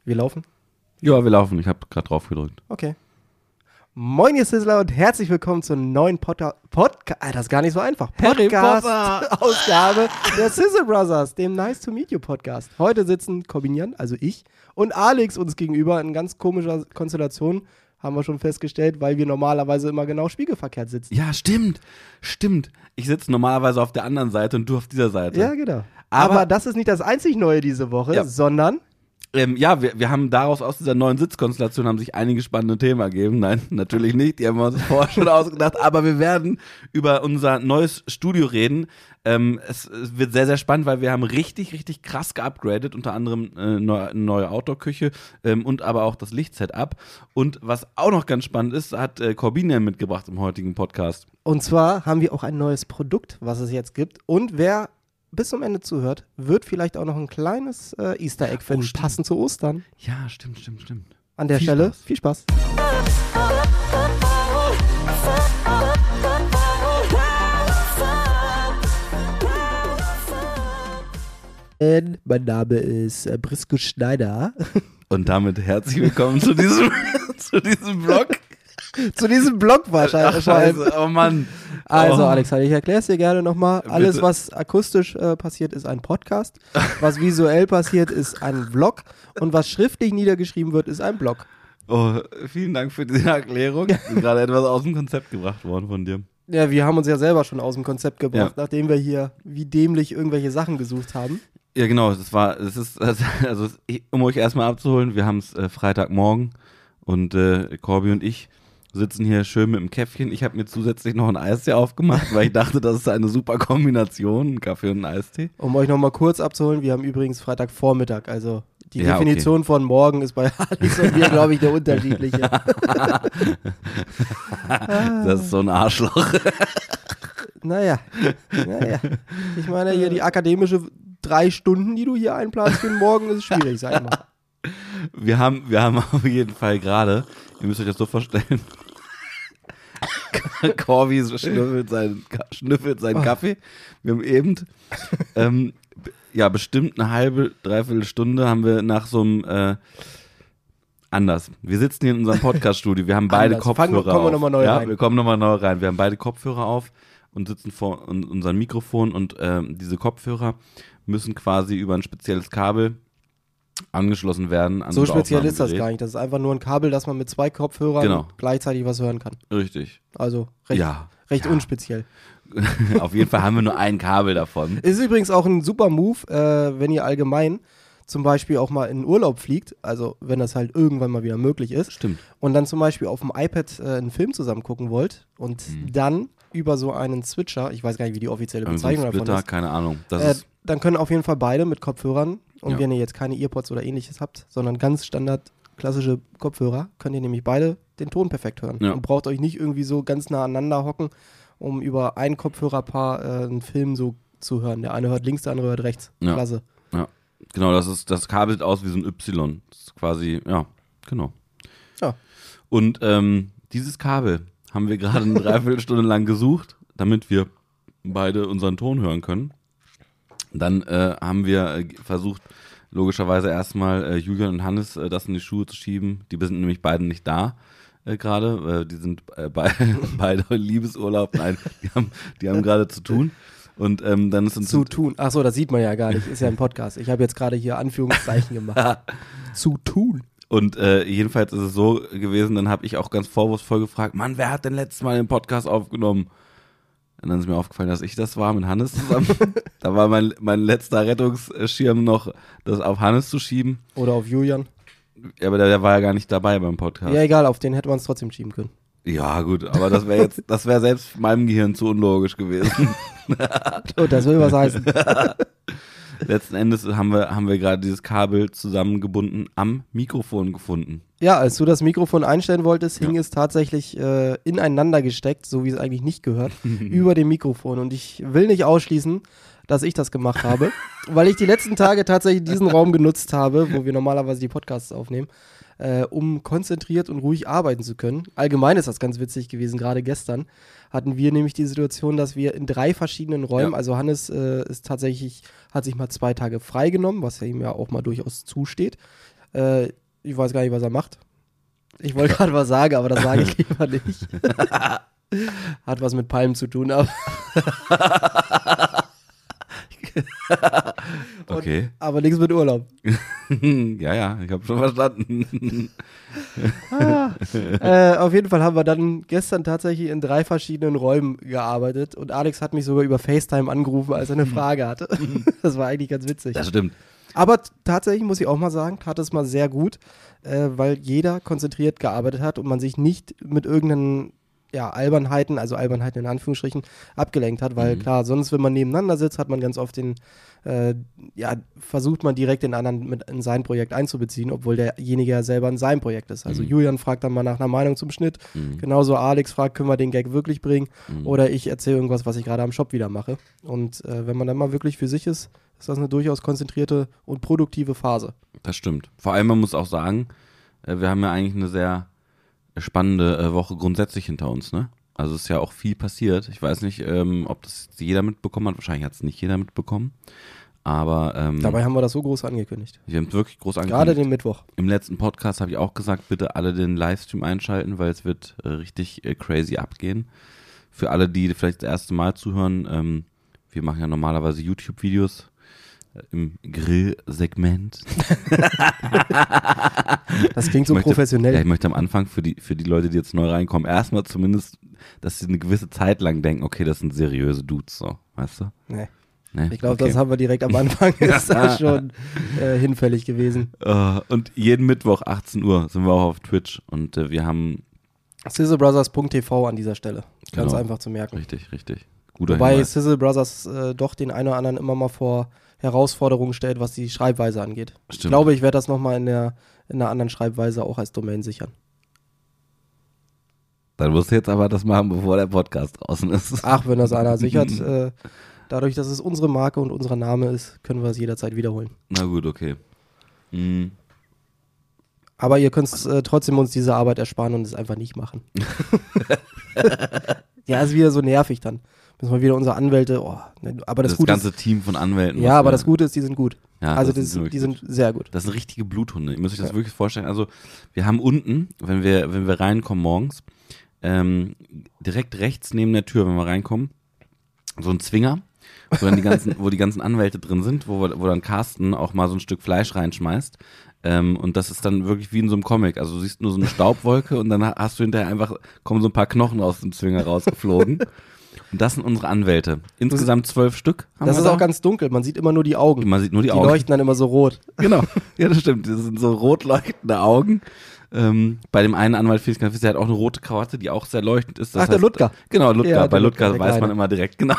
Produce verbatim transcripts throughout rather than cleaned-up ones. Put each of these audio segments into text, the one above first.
Wir laufen? Ja, wir laufen. Ich habe gerade drauf gedrückt. Okay. Moin, ihr Sizzler und herzlich willkommen zur neuen Podcast. Podca- Alter, das ist gar nicht so einfach. Podcast-Ausgabe der Sizzle Brothers, dem Nice to Meet You Podcast. Heute sitzen Corbinian, also ich, und Alex uns gegenüber in ganz komischer Konstellation. Haben wir schon festgestellt, weil wir normalerweise immer genau spiegelverkehrt sitzen. Ja, stimmt. Stimmt. Ich sitze normalerweise auf der anderen Seite und du auf dieser Seite. Ja, genau. Aber, Aber das ist nicht das einzig Neue diese Woche, Ja. sondern ähm, ja, wir, wir haben daraus, aus dieser neuen Sitzkonstellation, haben sich einige spannende Themen ergeben. Nein, natürlich nicht. Die haben wir uns vorher schon ausgedacht. Aber wir werden über unser neues Studio reden. Ähm, es, es wird sehr, sehr spannend, weil wir haben richtig, richtig krass geupgradet. Unter anderem äh, neu, eine neue Outdoor-Küche ähm, und aber auch das Lichtsetup. Und was auch noch ganz spannend ist, hat äh, Corbinian mitgebracht im heutigen Podcast. Und zwar haben wir auch ein neues Produkt, was es jetzt gibt. Und wer bis zum Ende zuhört, wird vielleicht auch noch ein kleines äh, Easter Egg finden, stimmt. passend zu Ostern. Ja, stimmt, stimmt, stimmt. An der Viel Stelle, Spaß. viel Spaß. Ähm, Mein Name ist äh, Brisco Schneider. Und damit herzlich willkommen zu diesem, zu diesem Vlog. Zu diesem Blog wahrscheinlich. Ach, scheiße, oh Mann. Also Oh. Alexander, ich erkläre es dir gerne nochmal. Alles, Bitte. was akustisch äh, passiert, ist ein Podcast. Was visuell passiert, ist ein Vlog. Und was schriftlich niedergeschrieben wird, ist ein Blog. Oh, vielen Dank für diese Erklärung. Ich bin gerade etwas aus dem Konzept gebracht worden von dir. Ja, wir haben uns ja selber schon aus dem Konzept gebracht, Ja. nachdem wir hier wie dämlich irgendwelche Sachen gesucht haben. Ja, genau, das war, das ist, also, um euch erstmal abzuholen, wir haben es äh, Freitagmorgen und äh, Corby und ich sitzen hier schön mit dem Käffchen. Ich habe mir zusätzlich noch ein Eistee aufgemacht, weil ich dachte, das ist eine super Kombination, ein Kaffee und ein Eistee. Um euch nochmal kurz abzuholen, wir haben übrigens Freitagvormittag, also die Ja, Definition okay. von morgen ist bei Alex und mir, glaube ich, der unterschiedliche. Das ist so ein Arschloch. Naja, naja. Ich meine, hier die akademische drei Stunden, die du hier einplanst für den Morgen, ist schwierig, sag ich mal. Wir haben, wir haben auf jeden Fall gerade, ihr müsst euch das so vorstellen, Corby schnüffelt seinen, schnüffelt seinen Kaffee. Wir haben eben, ähm, b- ja, bestimmt eine halbe, dreiviertel Stunde haben wir nach so einem, äh, anders. Wir sitzen hier in unserem Podcast-Studio, wir haben beide Anders. Fangen- Kopfhörer kommen wir auf. noch mal neu ja, rein. wir kommen nochmal neu rein. Wir haben beide Kopfhörer auf und sitzen vor un- unserem Mikrofon und ähm, diese Kopfhörer müssen quasi über ein spezielles Kabel angeschlossen werden. An So unser speziell ist das Aufnahmegerät. gar nicht. Das ist einfach nur ein Kabel, dass man mit zwei Kopfhörern Genau. gleichzeitig was hören kann. Richtig. Also recht, Ja. recht Ja. unspeziell. Auf jeden Fall haben wir nur ein Kabel davon. Ist übrigens auch ein super Move, äh, wenn ihr allgemein zum Beispiel auch mal in den Urlaub fliegt, also wenn das halt irgendwann mal wieder möglich ist, Stimmt. und dann zum Beispiel auf dem iPad äh, einen Film zusammen gucken wollt und Mhm. dann über so einen Switcher, ich weiß gar nicht, wie die offizielle Irgend so ein Bezeichnung davon Splitter, ist, keine Ahnung. Das äh, ist, dann können auf jeden Fall beide mit Kopfhörern, und Ja. wenn ihr jetzt keine Earpods oder ähnliches habt, sondern ganz standard klassische Kopfhörer, könnt ihr nämlich beide den Ton perfekt hören. Ja. Und braucht euch nicht irgendwie so ganz nah aneinander hocken, um über ein Kopfhörerpaar äh, einen Film so zu hören. Der eine hört links, der andere hört rechts. Ja. Klasse. genau, das ist, das Kabel sieht aus wie so ein Y. Das ist quasi, ja, genau. Ja. Und ähm, dieses Kabel haben wir gerade eine Dreiviertelstunde lang gesucht, damit wir beide unseren Ton hören können. Dann äh, haben wir äh, versucht, logischerweise erstmal äh, Julian und Hannes äh, das in die Schuhe zu schieben. Die sind nämlich beide nicht da äh, gerade. Äh, die sind äh, bei, beide in Liebesurlaub. Nein, die haben, die haben gerade zu tun. Und ähm, dann ist uns Zu tun. Achso, das sieht man ja gar nicht. Ist ja ein Podcast. Ich habe jetzt gerade hier Anführungszeichen gemacht. Zu tun. Und äh, jedenfalls ist es so gewesen, dann habe ich auch ganz vorwurfsvoll gefragt, Mann, wer hat denn letztes Mal den Podcast aufgenommen? Und dann ist mir aufgefallen, dass ich das war mit Hannes zusammen. Da war mein, mein letzter Rettungsschirm noch, das auf Hannes zu schieben. Oder auf Julian. Ja, aber der, der war ja gar nicht dabei beim Podcast. Ja, egal, auf den hätte man es trotzdem schieben können. Ja, gut, aber das wäre jetzt, das wäre selbst meinem Gehirn zu unlogisch gewesen. Oh, das will was heißen. Letzten Endes haben wir, haben wir gerade dieses Kabel zusammengebunden am Mikrofon gefunden. Ja, als du das Mikrofon einstellen wolltest, hing Ja. es tatsächlich äh, ineinander gesteckt, so wie es eigentlich nicht gehört, über dem Mikrofon. Und ich will nicht ausschließen, dass ich das gemacht habe, weil ich die letzten Tage tatsächlich diesen Raum genutzt habe, wo wir normalerweise die Podcasts aufnehmen, äh, um konzentriert und ruhig arbeiten zu können. Allgemein ist das ganz witzig gewesen, gerade gestern hatten wir nämlich die Situation, dass wir in drei verschiedenen Räumen, Ja. also Hannes äh, ist tatsächlich, hat sich mal zwei Tage freigenommen, was ja ihm ja auch mal durchaus zusteht. Äh, ich weiß gar nicht, was er macht. Ich wollte gerade was sagen, aber das sage ich lieber nicht. Hat was mit Palmen zu tun, aber. Okay. Und, aber nichts mit Urlaub. ja, ja, ich habe schon verstanden. ah, äh, auf jeden Fall haben wir dann gestern tatsächlich in drei verschiedenen Räumen gearbeitet und Alex hat mich sogar über FaceTime angerufen, als er eine Frage hatte. Das war eigentlich ganz witzig. Das stimmt. Aber t- tatsächlich muss ich auch mal sagen, tat es mal sehr gut, äh, weil jeder konzentriert gearbeitet hat und man sich nicht mit irgendeinen ja, Albernheiten, also Albernheiten in Anführungsstrichen, abgelenkt hat, weil Mhm. klar, sonst, wenn man nebeneinander sitzt, hat man ganz oft den, äh, ja, versucht man direkt den anderen mit in sein Projekt einzubeziehen, obwohl derjenige ja selber in seinem Projekt ist. Also Mhm. Julian fragt dann mal nach einer Meinung zum Schnitt, Mhm. genauso Alex fragt, können wir den Gag wirklich bringen, Mhm. oder ich erzähle irgendwas, was ich gerade am Shop wieder mache. Und äh, wenn man dann mal wirklich für sich ist, ist das eine durchaus konzentrierte und produktive Phase. Das stimmt. Vor allem, man muss auch sagen, äh, wir haben ja eigentlich eine sehr spannende äh, Woche grundsätzlich hinter uns, ne? Also es ist ja auch viel passiert. Ich weiß nicht, ähm, ob das jeder mitbekommen hat. Wahrscheinlich hat es nicht jeder mitbekommen. Aber ähm, Dabei haben wir das so groß angekündigt. wir haben es wirklich groß Gerade angekündigt. den Mittwoch. Im letzten Podcast habe ich auch gesagt, bitte alle den Livestream einschalten, weil es wird äh, richtig äh, crazy abgehen. Für alle, die vielleicht das erste Mal zuhören, ähm, wir machen ja normalerweise YouTube-Videos äh, im Grill-Segment. Das klingt so Ich möchte- professionell. Ja, ich möchte am Anfang für die, für die Leute, die jetzt neu reinkommen, erstmal zumindest, dass sie eine gewisse Zeit lang denken, okay, das sind seriöse Dudes, so, weißt du? Nee. Nee? Ich glaube, okay. das haben wir direkt am Anfang, ist das schon äh, hinfällig gewesen. Äh, und jeden Mittwoch achtzehn Uhr sind wir auch auf Twitch und äh, wir haben, sizzlebrothers punkt t v an dieser Stelle. Ganz Genau. einfach zu merken. richtig, richtig, guter Wobei Hinweis. Sizzle Brothers äh, doch den einen oder anderen immer mal vor Herausforderungen stellt, was die Schreibweise angeht. Ich Stimmt. glaube, ich werde das nochmal in der in einer anderen Schreibweise auch als Domain sichern. Dann musst du jetzt aber das machen, bevor der Podcast draußen ist. Ach, wenn das einer sichert, äh, dadurch, dass es unsere Marke und unser Name ist, können wir es jederzeit wiederholen. Na gut, okay. Mhm. Aber ihr könnt äh, trotzdem uns diese Arbeit ersparen und es einfach nicht machen. Ja, ist wieder so nervig dann. Müssen wir wieder unsere Anwälte, oh, ne, aber das, Das, Gute ganze ist, Team von Anwälten. ja, was aber wir- das Gute ist, die sind gut. Ja, also das das, ist wirklich die sind sehr gut. Das sind richtige Bluthunde. Ihr müsst euch das Ja. wirklich vorstellen. Also wir haben unten, wenn wir, wenn wir reinkommen morgens, ähm, direkt rechts neben der Tür, wenn wir reinkommen, so ein Zwinger, wo dann die ganzen, wo die ganzen Anwälte drin sind, wo, wir- wo dann Carsten auch mal so ein Stück Fleisch reinschmeißt. Ähm, und das ist dann wirklich wie in so einem Comic. Also du siehst nur so eine Staubwolke und dann hast du hinterher einfach, kommen so ein paar Knochen aus dem Zwinger rausgeflogen. Und das sind unsere Anwälte. Insgesamt zwölf Stück haben Das wir ist da. auch ganz dunkel, man sieht immer nur die Augen. Man sieht nur die, Die Augen. leuchten dann immer so rot. Genau, ja, das stimmt. Das sind so rot leuchtende Augen. Ähm, bei dem einen Anwalt finde ich ganz witzig, der hat auch eine rote Krawatte, die auch sehr leuchtend ist. Das Ach, der Ludger. Genau, Ludger. Ja, der bei Ludger, Ludger der weiß man Kleine. immer direkt, genau.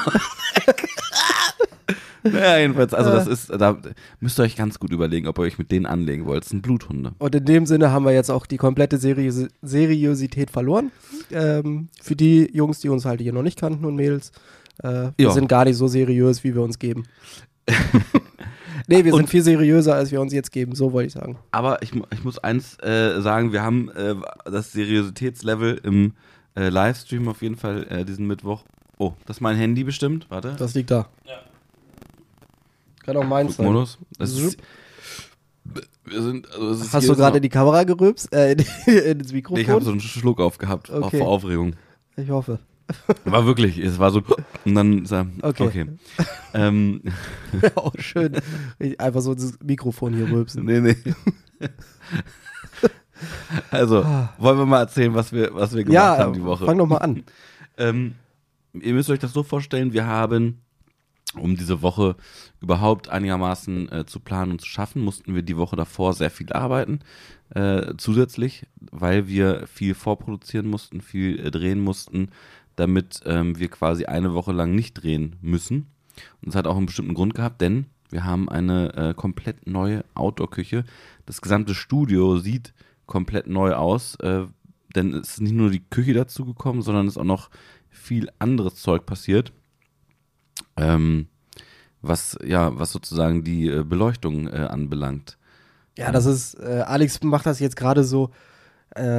Naja, jedenfalls, also das ist, da müsst ihr euch ganz gut überlegen, ob ihr euch mit denen anlegen wollt. Das sind Bluthunde. Und in dem Sinne haben wir jetzt auch die komplette Seriös Seriosität verloren. Ähm, für die Jungs, die uns halt hier noch nicht kannten und Mädels, äh, wir Ja. sind gar nicht so seriös, wie wir uns geben. Nee, wir Und- sind viel seriöser, als wir uns jetzt geben, so wollte ich sagen. Aber ich, mu- ich muss eins äh, sagen, wir haben äh, das Seriositätslevel im äh, Livestream auf jeden Fall äh, diesen Mittwoch. Oh, das ist mein Handy bestimmt. Warte. Das liegt da. Ja. Kann auch meins sein. Flugmodus. Das ist, wir sind, also es ist Hast du jedes gerade Mal- in die Kamera gerülpst? Äh, in, ins Mikrofon? Ich habe so einen Schluck aufgehabt, auch Okay. vor Aufregung. Ich hoffe. War wirklich, es war so, und dann ist er, okay. Okay. Ähm, Auch schön. Einfach so ins Mikrofon hier rülpsen. nee, nee. Also, wollen wir mal erzählen, was wir, was wir gemacht Ja, haben die Woche. fang doch mal an. Ähm, ihr müsst euch das so vorstellen, wir haben, um diese Woche überhaupt einigermaßen äh, zu planen und zu schaffen, mussten wir die Woche davor sehr viel arbeiten, äh, zusätzlich, weil wir viel vorproduzieren mussten, viel äh, drehen mussten, damit ähm, wir quasi eine Woche lang nicht drehen müssen. Und das hat auch einen bestimmten Grund gehabt, denn wir haben eine äh, komplett neue Outdoor-Küche. Das gesamte Studio sieht komplett neu aus, äh, denn es ist nicht nur die Küche dazu gekommen, sondern es ist auch noch viel anderes Zeug passiert, ähm, was ja, was sozusagen die äh, Beleuchtung äh, anbelangt. Ja, das ist, äh, Alex macht das jetzt gerade so, äh,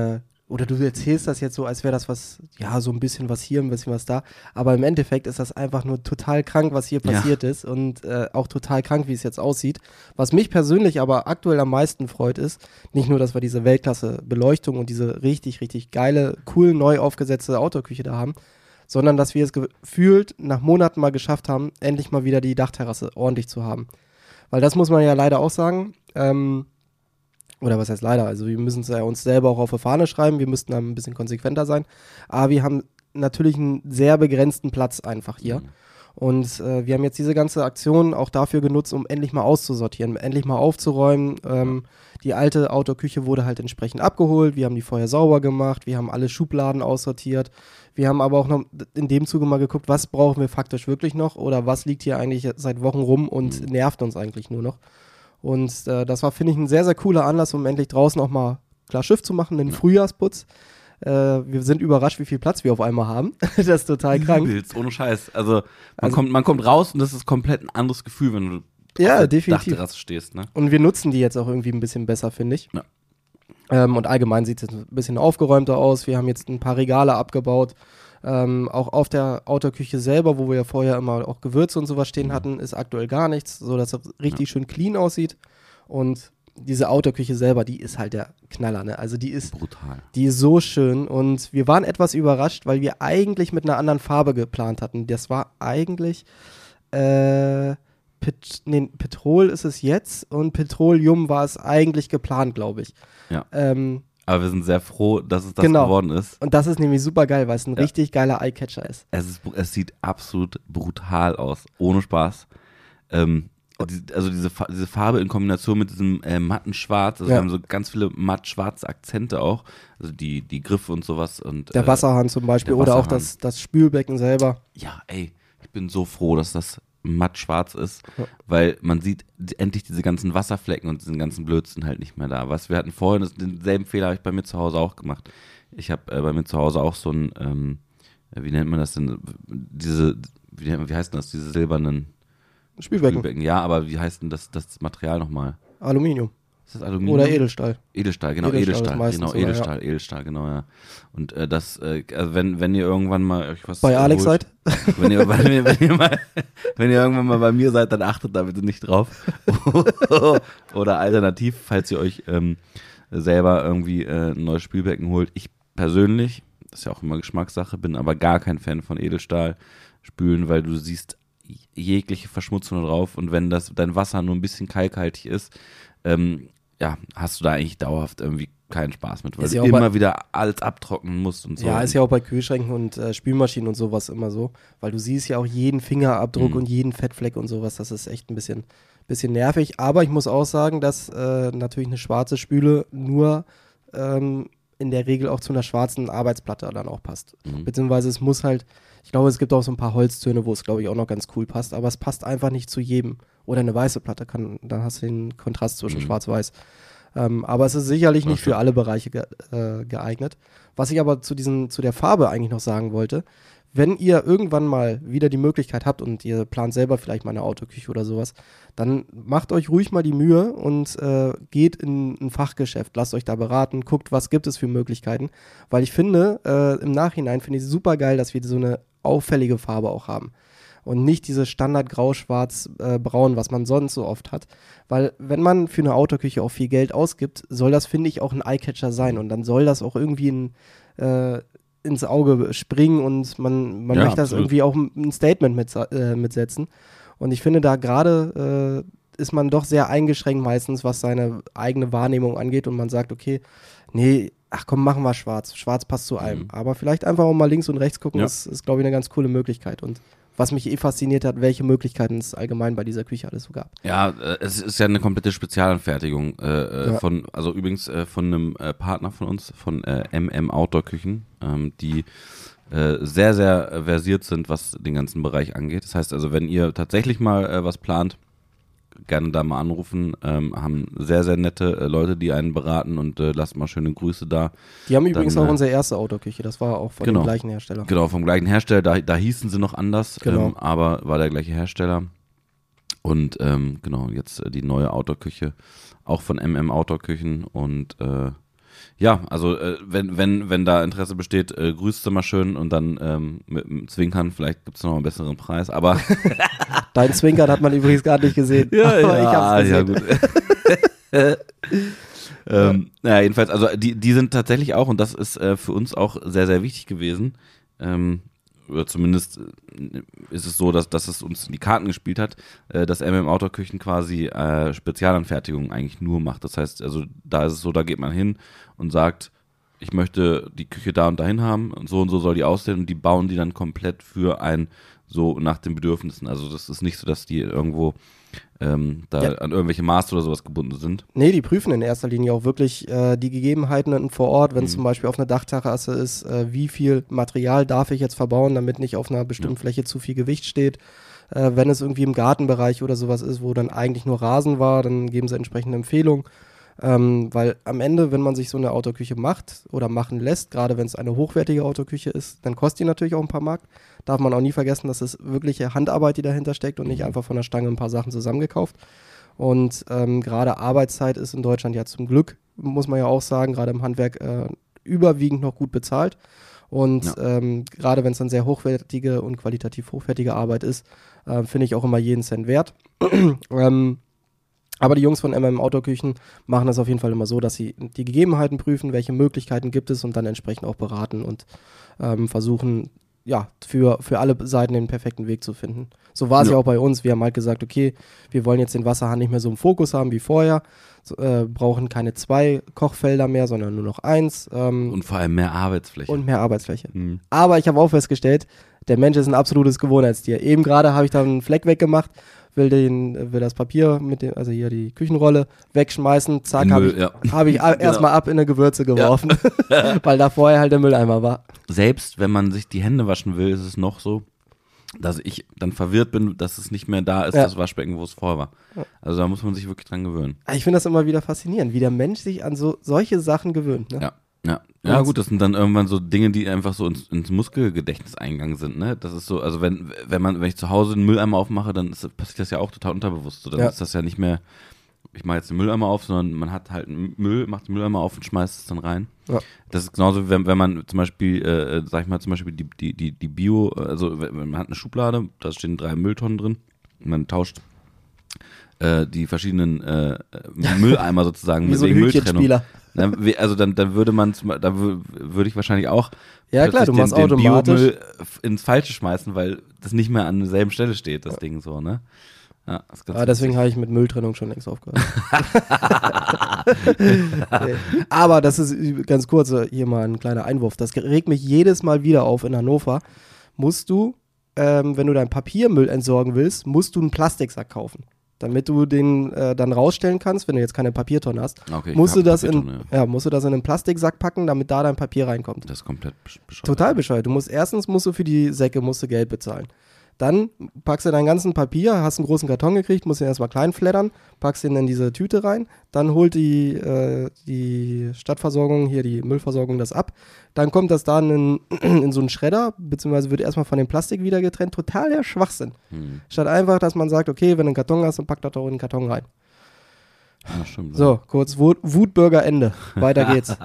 oder du erzählst das jetzt so, als wäre das was, ja, so ein bisschen was hier, ein bisschen was da, aber im Endeffekt ist das einfach nur total krank, was hier passiert ja. ist und äh, auch total krank, wie es jetzt aussieht. Was mich persönlich aber aktuell am meisten freut ist, nicht nur, dass wir diese Weltklasse-Beleuchtung und diese richtig, richtig geile, cool, neu aufgesetzte Outdoor-Küche da haben, sondern dass wir es gefühlt nach Monaten mal geschafft haben, endlich mal wieder die Dachterrasse ordentlich zu haben. Weil das muss man ja leider auch sagen, ähm, oder was heißt leider, also wir müssen es ja uns selber auch auf die Fahne schreiben, wir müssten da ein bisschen konsequenter sein, aber wir haben natürlich einen sehr begrenzten Platz einfach hier mhm. und äh, wir haben jetzt diese ganze Aktion auch dafür genutzt, um endlich mal auszusortieren, endlich mal aufzuräumen. Ähm, die alte Outdoor-Küche wurde halt entsprechend abgeholt, wir haben die vorher sauber gemacht, wir haben alle Schubladen aussortiert, wir haben aber auch noch in dem Zuge mal geguckt, was brauchen wir faktisch wirklich noch oder was liegt hier eigentlich seit Wochen rum und mhm. nervt uns eigentlich nur noch. Und äh, das war, finde ich, ein sehr, sehr cooler Anlass, um endlich draußen auch mal klar Schiff zu machen, einen ja. Frühjahrsputz. Äh, wir sind überrascht, wie viel Platz wir auf einmal haben. Das ist total krank. Übelst, ohne Scheiß. Also man, Also- kommt, man kommt raus und das ist komplett ein anderes Gefühl, wenn du Ja, auf der definitiv. Dachterrasse stehst. Ne? Und wir nutzen die jetzt auch irgendwie ein bisschen besser, finde ich. Ja. Ähm, und allgemein sieht es jetzt ein bisschen aufgeräumter aus. Wir haben jetzt ein paar Regale abgebaut. Ähm, auch auf der Outdoor-Küche selber, wo wir ja vorher immer auch Gewürze und sowas stehen hatten, ist aktuell gar nichts, sodass es richtig ja. schön clean aussieht. Und diese Outdoor-Küche selber, die ist halt der Knaller, ne? Also die ist brutal. Die ist so schön und wir waren etwas überrascht, weil wir eigentlich mit einer anderen Farbe geplant hatten. Das war eigentlich äh, Pet- nee, Petrol ist es jetzt und Petroleum war es eigentlich geplant, glaube ich. Ja. Ähm, Aber wir sind sehr froh, dass es das Genau. geworden ist. und das ist nämlich super geil, weil es ein Ja. richtig geiler Eyecatcher ist. Es, ist, es sieht absolut brutal aus, ohne Spaß. Ähm, die, also diese, Fa- diese Farbe in Kombination mit diesem äh, matten Schwarz, also Ja. wir haben so ganz viele matt-schwarze Akzente auch, also die, die Griffe und sowas. Und, Der äh, Wasserhahn zum Beispiel der oder auch Wasserhahn. das, das Spülbecken selber. Ja, ey, ich bin so froh, dass das matt schwarz ist, Ja. weil man sieht d- endlich diese ganzen Wasserflecken und diesen ganzen Blödsinn halt nicht mehr da. Was wir hatten vorhin, das, denselben Fehler habe ich bei mir zu Hause auch gemacht. Ich habe äh, bei mir zu Hause auch so ein, ähm, wie nennt man das denn, diese, wie, wie heißt denn das, diese silbernen Spülbecken. Spülbecken? Ja, aber wie heißt denn das, das Material nochmal? Aluminium. Ist das Aluminium? Oder Edelstahl. Edelstahl, genau, Edelstahl Edelstahl, ist meistens genau, sogar, Edelstahl, Edelstahl, genau, ja. Und äh, das, äh, also wenn, wenn ihr irgendwann mal euch was Bei äh, Alex holt, seid? wenn ihr, wenn, ihr, wenn, ihr mal, wenn ihr irgendwann mal bei mir seid, dann achtet da bitte nicht drauf. Oder alternativ, falls ihr euch ähm, selber irgendwie äh, ein neues Spülbecken holt. Ich persönlich, das ist ja auch immer Geschmackssache, bin aber gar kein Fan von Edelstahl spülen, weil du siehst jegliche Verschmutzung drauf und wenn das dein Wasser nur ein bisschen kalkhaltig ist, ähm, ja, hast du da eigentlich dauerhaft irgendwie keinen Spaß mit, weil Ist du ja auch immer bei- wieder alles abtrocknen musst und so. Ja, ist ja auch bei Kühlschränken und äh, Spülmaschinen und sowas immer so, weil du siehst ja auch jeden Fingerabdruck Mhm. und jeden Fettfleck und sowas, das ist echt ein bisschen, bisschen nervig, aber ich muss auch sagen, dass äh, natürlich eine schwarze Spüle nur ähm, in der Regel auch zu einer schwarzen Arbeitsplatte dann auch passt, Mhm. beziehungsweise es muss halt, ich glaube, es gibt auch so ein paar Holztöne, wo es, glaube ich, auch noch ganz cool passt, aber es passt einfach nicht zu jedem. Oder eine weiße Platte, kann, dann hast du den Kontrast zwischen Mhm. schwarz-weiß. Ähm, aber es ist sicherlich nicht Okay. für alle Bereiche ge äh, geeignet. Was ich aber zu, diesen, zu der Farbe eigentlich noch sagen wollte, wenn ihr irgendwann mal wieder die Möglichkeit habt und ihr plant selber vielleicht mal eine Autoküche oder sowas, dann macht euch ruhig mal die Mühe und äh, geht in ein Fachgeschäft, lasst euch da beraten, guckt, was gibt es für Möglichkeiten, weil ich finde, äh, im Nachhinein finde ich es super geil, dass wir so eine auffällige Farbe auch haben und nicht diese Standard grau-schwarz-braun, äh, was man sonst so oft hat, weil wenn man für eine Autoküche auch viel Geld ausgibt, soll das, finde ich, auch ein Eyecatcher sein und dann soll das auch irgendwie ein äh, ins Auge springen und man, man Ja, möchte das absolut. irgendwie auch ein Statement mit, äh, mitsetzen. Und ich finde, da gerade äh, ist man doch sehr eingeschränkt meistens, was seine eigene Wahrnehmung angeht und man sagt, okay, nee, ach komm, machen wir schwarz. Schwarz passt zu allem. Mhm. Aber vielleicht einfach auch mal links und rechts gucken, Ja. ist, ist glaube ich, eine ganz coole Möglichkeit. Und was mich eh fasziniert hat, welche Möglichkeiten es allgemein bei dieser Küche alles so gab. Ja, äh, es ist ja eine komplette Spezialanfertigung äh, äh, Ja. von, also übrigens äh, von einem äh, Partner von uns, von äh, M M Outdoor Küchen, ähm, die äh, sehr, sehr äh, versiert sind, was den ganzen Bereich angeht. Das heißt also, wenn ihr tatsächlich mal äh, was plant, gerne da mal anrufen, ähm, haben sehr, sehr nette äh, Leute, die einen beraten und äh, lasst mal schöne Grüße da. Die haben übrigens Dann, auch äh, unsere erste Autoküche, das war auch von genau. dem gleichen Hersteller. Genau, vom gleichen Hersteller, da, da hießen sie noch anders, Genau. ähm, aber war der gleiche Hersteller. Und ähm, genau, jetzt äh, die neue Outdoor-Küche, auch von M M Outdoor Küchen und äh, ja, also äh, wenn, wenn, wenn da Interesse besteht, äh, grüßt sie mal schön und dann ähm, mit dem Zwinkern, vielleicht gibt es noch einen besseren Preis, aber Dein Zwinkern hat man übrigens gar nicht gesehen. ja, aber ja, ich hab's ja, gesehen. gut. ähm, naja, jedenfalls, also die, die sind tatsächlich auch, und das ist äh, für uns auch sehr, sehr wichtig gewesen, ähm, oder zumindest äh, ist es so, dass, dass es uns in die Karten gespielt hat, äh, dass M M Outdoor-Küchen quasi äh, Spezialanfertigungen eigentlich nur macht. Das heißt, also da ist es so, da geht man hin und sagt, ich möchte die Küche da und dahin haben und so und so soll die aussehen, und die bauen die dann komplett für ein, so nach den Bedürfnissen. Also das ist nicht so, dass die irgendwo ähm, da Ja. an irgendwelche Maße oder sowas gebunden sind. Nee, die prüfen in erster Linie auch wirklich äh, die Gegebenheiten vor Ort, wenn es Mhm. zum Beispiel auf einer Dachterrasse ist, äh, wie viel Material darf ich jetzt verbauen, damit nicht auf einer bestimmten Ja. Fläche zu viel Gewicht steht. Äh, wenn es irgendwie im Gartenbereich oder sowas ist, wo dann eigentlich nur Rasen war, dann geben sie entsprechende Empfehlungen. Ähm, weil am Ende, wenn man sich so eine Outdoor-Küche macht oder machen lässt, gerade wenn es eine hochwertige Outdoor-Küche ist, dann kostet die natürlich auch ein paar Mark. Darf man auch nie vergessen, dass es wirkliche Handarbeit, die dahinter steckt und nicht einfach von der Stange ein paar Sachen zusammengekauft. Und ähm, gerade Arbeitszeit ist in Deutschland ja zum Glück, muss man ja auch sagen, gerade im Handwerk äh, überwiegend noch gut bezahlt. Und Ja. ähm, gerade wenn es dann sehr hochwertige und qualitativ hochwertige Arbeit ist, äh, finde ich auch immer jeden Cent wert. ähm, aber die Jungs von M M Outdoor-Küchen machen das auf jeden Fall immer so, dass sie die Gegebenheiten prüfen, welche Möglichkeiten gibt es, und dann entsprechend auch beraten und ähm, versuchen, ja, für, für alle Seiten den perfekten Weg zu finden. So war es ja. Ja. auch bei uns. Wir haben halt gesagt, okay, wir wollen jetzt den Wasserhahn nicht mehr so im Fokus haben wie vorher, so, äh, brauchen keine zwei Kochfelder mehr, sondern nur noch eins ähm, Und vor allem mehr Arbeitsfläche. und mehr Arbeitsfläche. Mhm. Aber ich habe auch festgestellt, der Mensch ist ein absolutes Gewohnheitstier. Eben gerade habe ich da einen Fleck weggemacht, will, den, will das Papier, mit dem, also hier die Küchenrolle, wegschmeißen. Zack, In habe Müll, ich, ja. hab ich a- Genau. erstmal ab in eine Gewürze geworfen, weil da vorher halt der Mülleimer war. Selbst wenn man sich die Hände waschen will, ist es noch so, dass ich dann verwirrt bin, dass es nicht mehr da ist, Ja. das Waschbecken, wo es vorher war. Ja. Also da muss man sich wirklich dran gewöhnen. Ich finde das immer wieder faszinierend, wie der Mensch sich an so solche Sachen gewöhnt. Ne? Ja. Ja, ja Und- gut, das sind dann irgendwann so Dinge, die einfach so ins, ins Muskelgedächtnis eingegangen sind, ne? Das ist so, also wenn, wenn man, wenn ich zu Hause einen Mülleimer aufmache, dann ist, passiert das ja auch total unterbewusst. So, dann Ja. ist das ja nicht mehr, ich mache jetzt den Mülleimer auf, sondern man hat halt einen Müll, macht den Mülleimer auf und schmeißt es dann rein. Ja. Das ist genauso, wie wenn, wenn man zum Beispiel, äh, sag ich mal, zum Beispiel die, die, die, die Bio, also wenn, wenn man hat eine Schublade, da stehen drei Mülltonnen drin, und man tauscht äh, die verschiedenen äh, Mülleimer sozusagen Wie so ein wegen Mülltrennung. Hütchenspieler. Na, we- Also dann, dann würde man, zum- da wü- würde ich wahrscheinlich auch Ja, klar, plötzlich du machst den, den automatisch. Biomüll f- ins Falsche schmeißen, weil das nicht mehr an derselben Stelle steht, das Ding so, ne? Ja, das ist ganz Aber deswegen habe ich mit Mülltrennung schon längst aufgehört. Nee. Aber das ist ü- ganz kurz äh, hier mal ein kleiner Einwurf. Das regt mich jedes Mal wieder auf in Hannover. Musst du, ähm, wenn du deinen Papiermüll entsorgen willst, musst du einen Plastiksack kaufen. Damit du den äh, dann rausstellen kannst, wenn du jetzt keine Papiertonne hast, Okay, ich musst du hab das in, Papiertonne, ja. ja, musst du das in einen Plastiksack packen, damit da dein Papier reinkommt. Das ist komplett besch- bescheuert. Total bescheuert. Du musst erstens musst du für die Säcke musst du Geld bezahlen. Dann packst du deinen ganzen Papier, hast einen großen Karton gekriegt, musst ihn erstmal klein fleddern, packst ihn in diese Tüte rein, dann holt die, äh, die Stadtversorgung, hier die Müllversorgung das ab, dann kommt das dann in, in so einen Schredder, beziehungsweise wird erstmal von dem Plastik wieder getrennt. Total der Schwachsinn. Hm. Statt einfach, dass man sagt, okay, wenn du einen Karton hast, dann pack das doch in den Karton rein. Ja, stimmt. So, kurz Wut, Wutbürger Ende. Weiter geht's.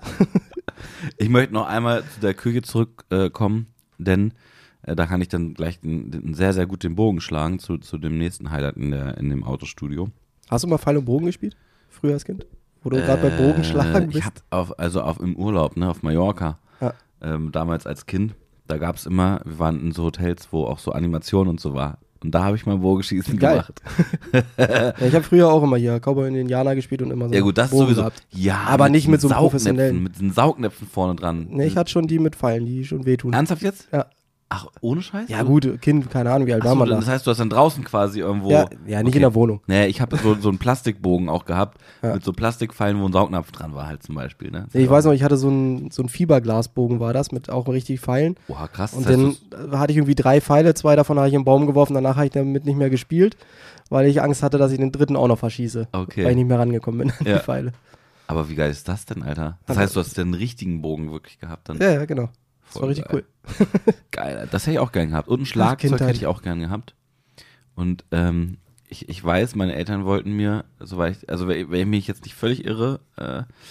Ich möchte noch einmal zu der Küche zurückkommen, äh, kommen, denn äh, da kann ich dann gleich den, den sehr, sehr gut den Bogen schlagen zu, zu dem nächsten Highlight in, der, in dem Autostudio. Hast du mal Pfeil und Bogen gespielt? Früher als Kind? Wo du gerade bei Bogenschlagen Ich bist? hab auf, also auf, im Urlaub, ne, auf Mallorca, Ja. ähm, damals als Kind, da gab es immer, wir waren in so Hotels, wo auch so Animation und so war. Und da habe ich mal Bogenschießen Geil. gemacht. Ja, ich habe früher auch immer hier Cowboy und Indianer gespielt und immer so Ja gut, das Bogen sowieso. gehabt. Ja, Aber nicht mit so Saugnäpfen, professionellen. Mit diesen Saugnäpfen vorne dran. Ne, ich hatte schon die mit Pfeilen, die schon wehtun. Ernsthaft jetzt? Ja. Ach, ohne Scheiß? Ja gut, Kind, keine Ahnung, wie alt Ach war so, man da. das heißt, du hast dann draußen quasi irgendwo. Ja, ja, nicht in der Wohnung. Naja, ich habe so, so einen Plastikbogen auch gehabt, Ja. mit so Plastikpfeilen, wo ein Saugnapf dran war halt zum Beispiel. Ne? Nee, ich weiß noch, ich hatte so einen so einen Fiberglasbogen war das, mit auch richtig Pfeilen. Oha, krass. Und das heißt, dann du's- äh, hatte ich irgendwie drei Pfeile, zwei davon habe ich im Baum geworfen, danach habe ich damit nicht mehr gespielt, weil ich Angst hatte, dass ich den dritten auch noch verschieße. Okay. Weil ich nicht mehr rangekommen bin an Ja. die Pfeile. aber wie geil ist das denn, Alter? Das Also- heißt, du hast den richtigen Bogen wirklich gehabt dann. Ja, ja, genau. Das Voll war richtig geil. cool. Geil, das hätte ich auch gern gehabt. Und ein Schlagzeug Kindheit. hätte ich auch gern gehabt. Und ähm, ich, ich weiß, meine Eltern wollten mir, soweit ich, also wenn wenn ich mich jetzt nicht völlig irre, äh,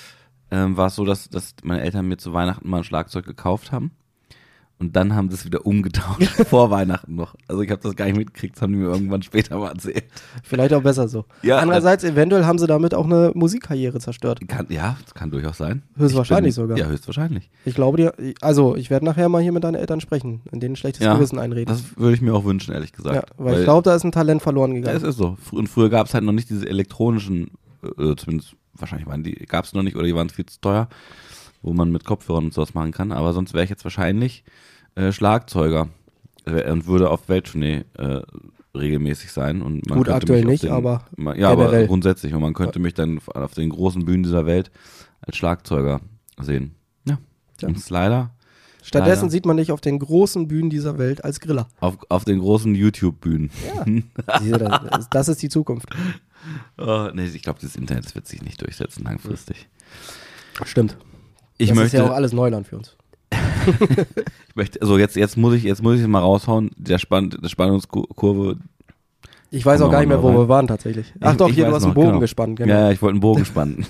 ähm, war es so, dass, dass meine Eltern mir zu Weihnachten mal ein Schlagzeug gekauft haben. Und dann haben sie es wieder umgetauscht, vor Weihnachten noch. Also ich habe das gar nicht mitgekriegt, das haben die mir irgendwann später mal erzählt. Vielleicht auch besser so. Ja, Andererseits, äh, eventuell haben sie damit auch eine Musikkarriere zerstört. Kann, ja, das kann durchaus sein. Höchstwahrscheinlich bin, sogar. Ja, höchstwahrscheinlich. Ich glaube dir, also ich werde nachher mal hier mit deinen Eltern sprechen, in denen schlechtes Ja, Gewissen einreden. Das würde ich mir auch wünschen, ehrlich gesagt. Ja, weil, weil ich glaube, da ist ein Talent verloren Ja, gegangen. es ist so. Und früher gab es halt noch nicht diese elektronischen, äh, zumindest wahrscheinlich waren die, gab es noch nicht oder die waren viel zu teuer, wo man mit Kopfhörern und sowas machen kann. Aber sonst wäre ich jetzt wahrscheinlich äh, Schlagzeuger äh, und würde auf Welttournee äh, regelmäßig sein. Und man Gut, könnte aktuell mich auf nicht, den, aber man, Ja, generell. aber grundsätzlich. Und man könnte mich dann auf den großen Bühnen dieser Welt als Schlagzeuger sehen. Ja. Ja. Und es ist leider Stattdessen leider sieht man dich auf den großen Bühnen dieser Welt als Griller. auf, auf den großen YouTube-Bühnen. Ja, Sieh, das, das ist die Zukunft. Oh, nee, ich glaube, das Internet das wird sich nicht durchsetzen langfristig. Stimmt. Ich das möchte, ist ja auch alles Neuland für uns. ich möchte, also jetzt, jetzt muss ich, jetzt muss ich es mal raushauen. Der Spann, der Spannungskurve. Ich weiß auch gar nicht mehr, wo wir waren tatsächlich. Ach Ich- doch, ich hier, du weiß hast einen noch, Bogen genau. gespannt. Genau. Ja, ja, ich wollte einen Bogen spannen.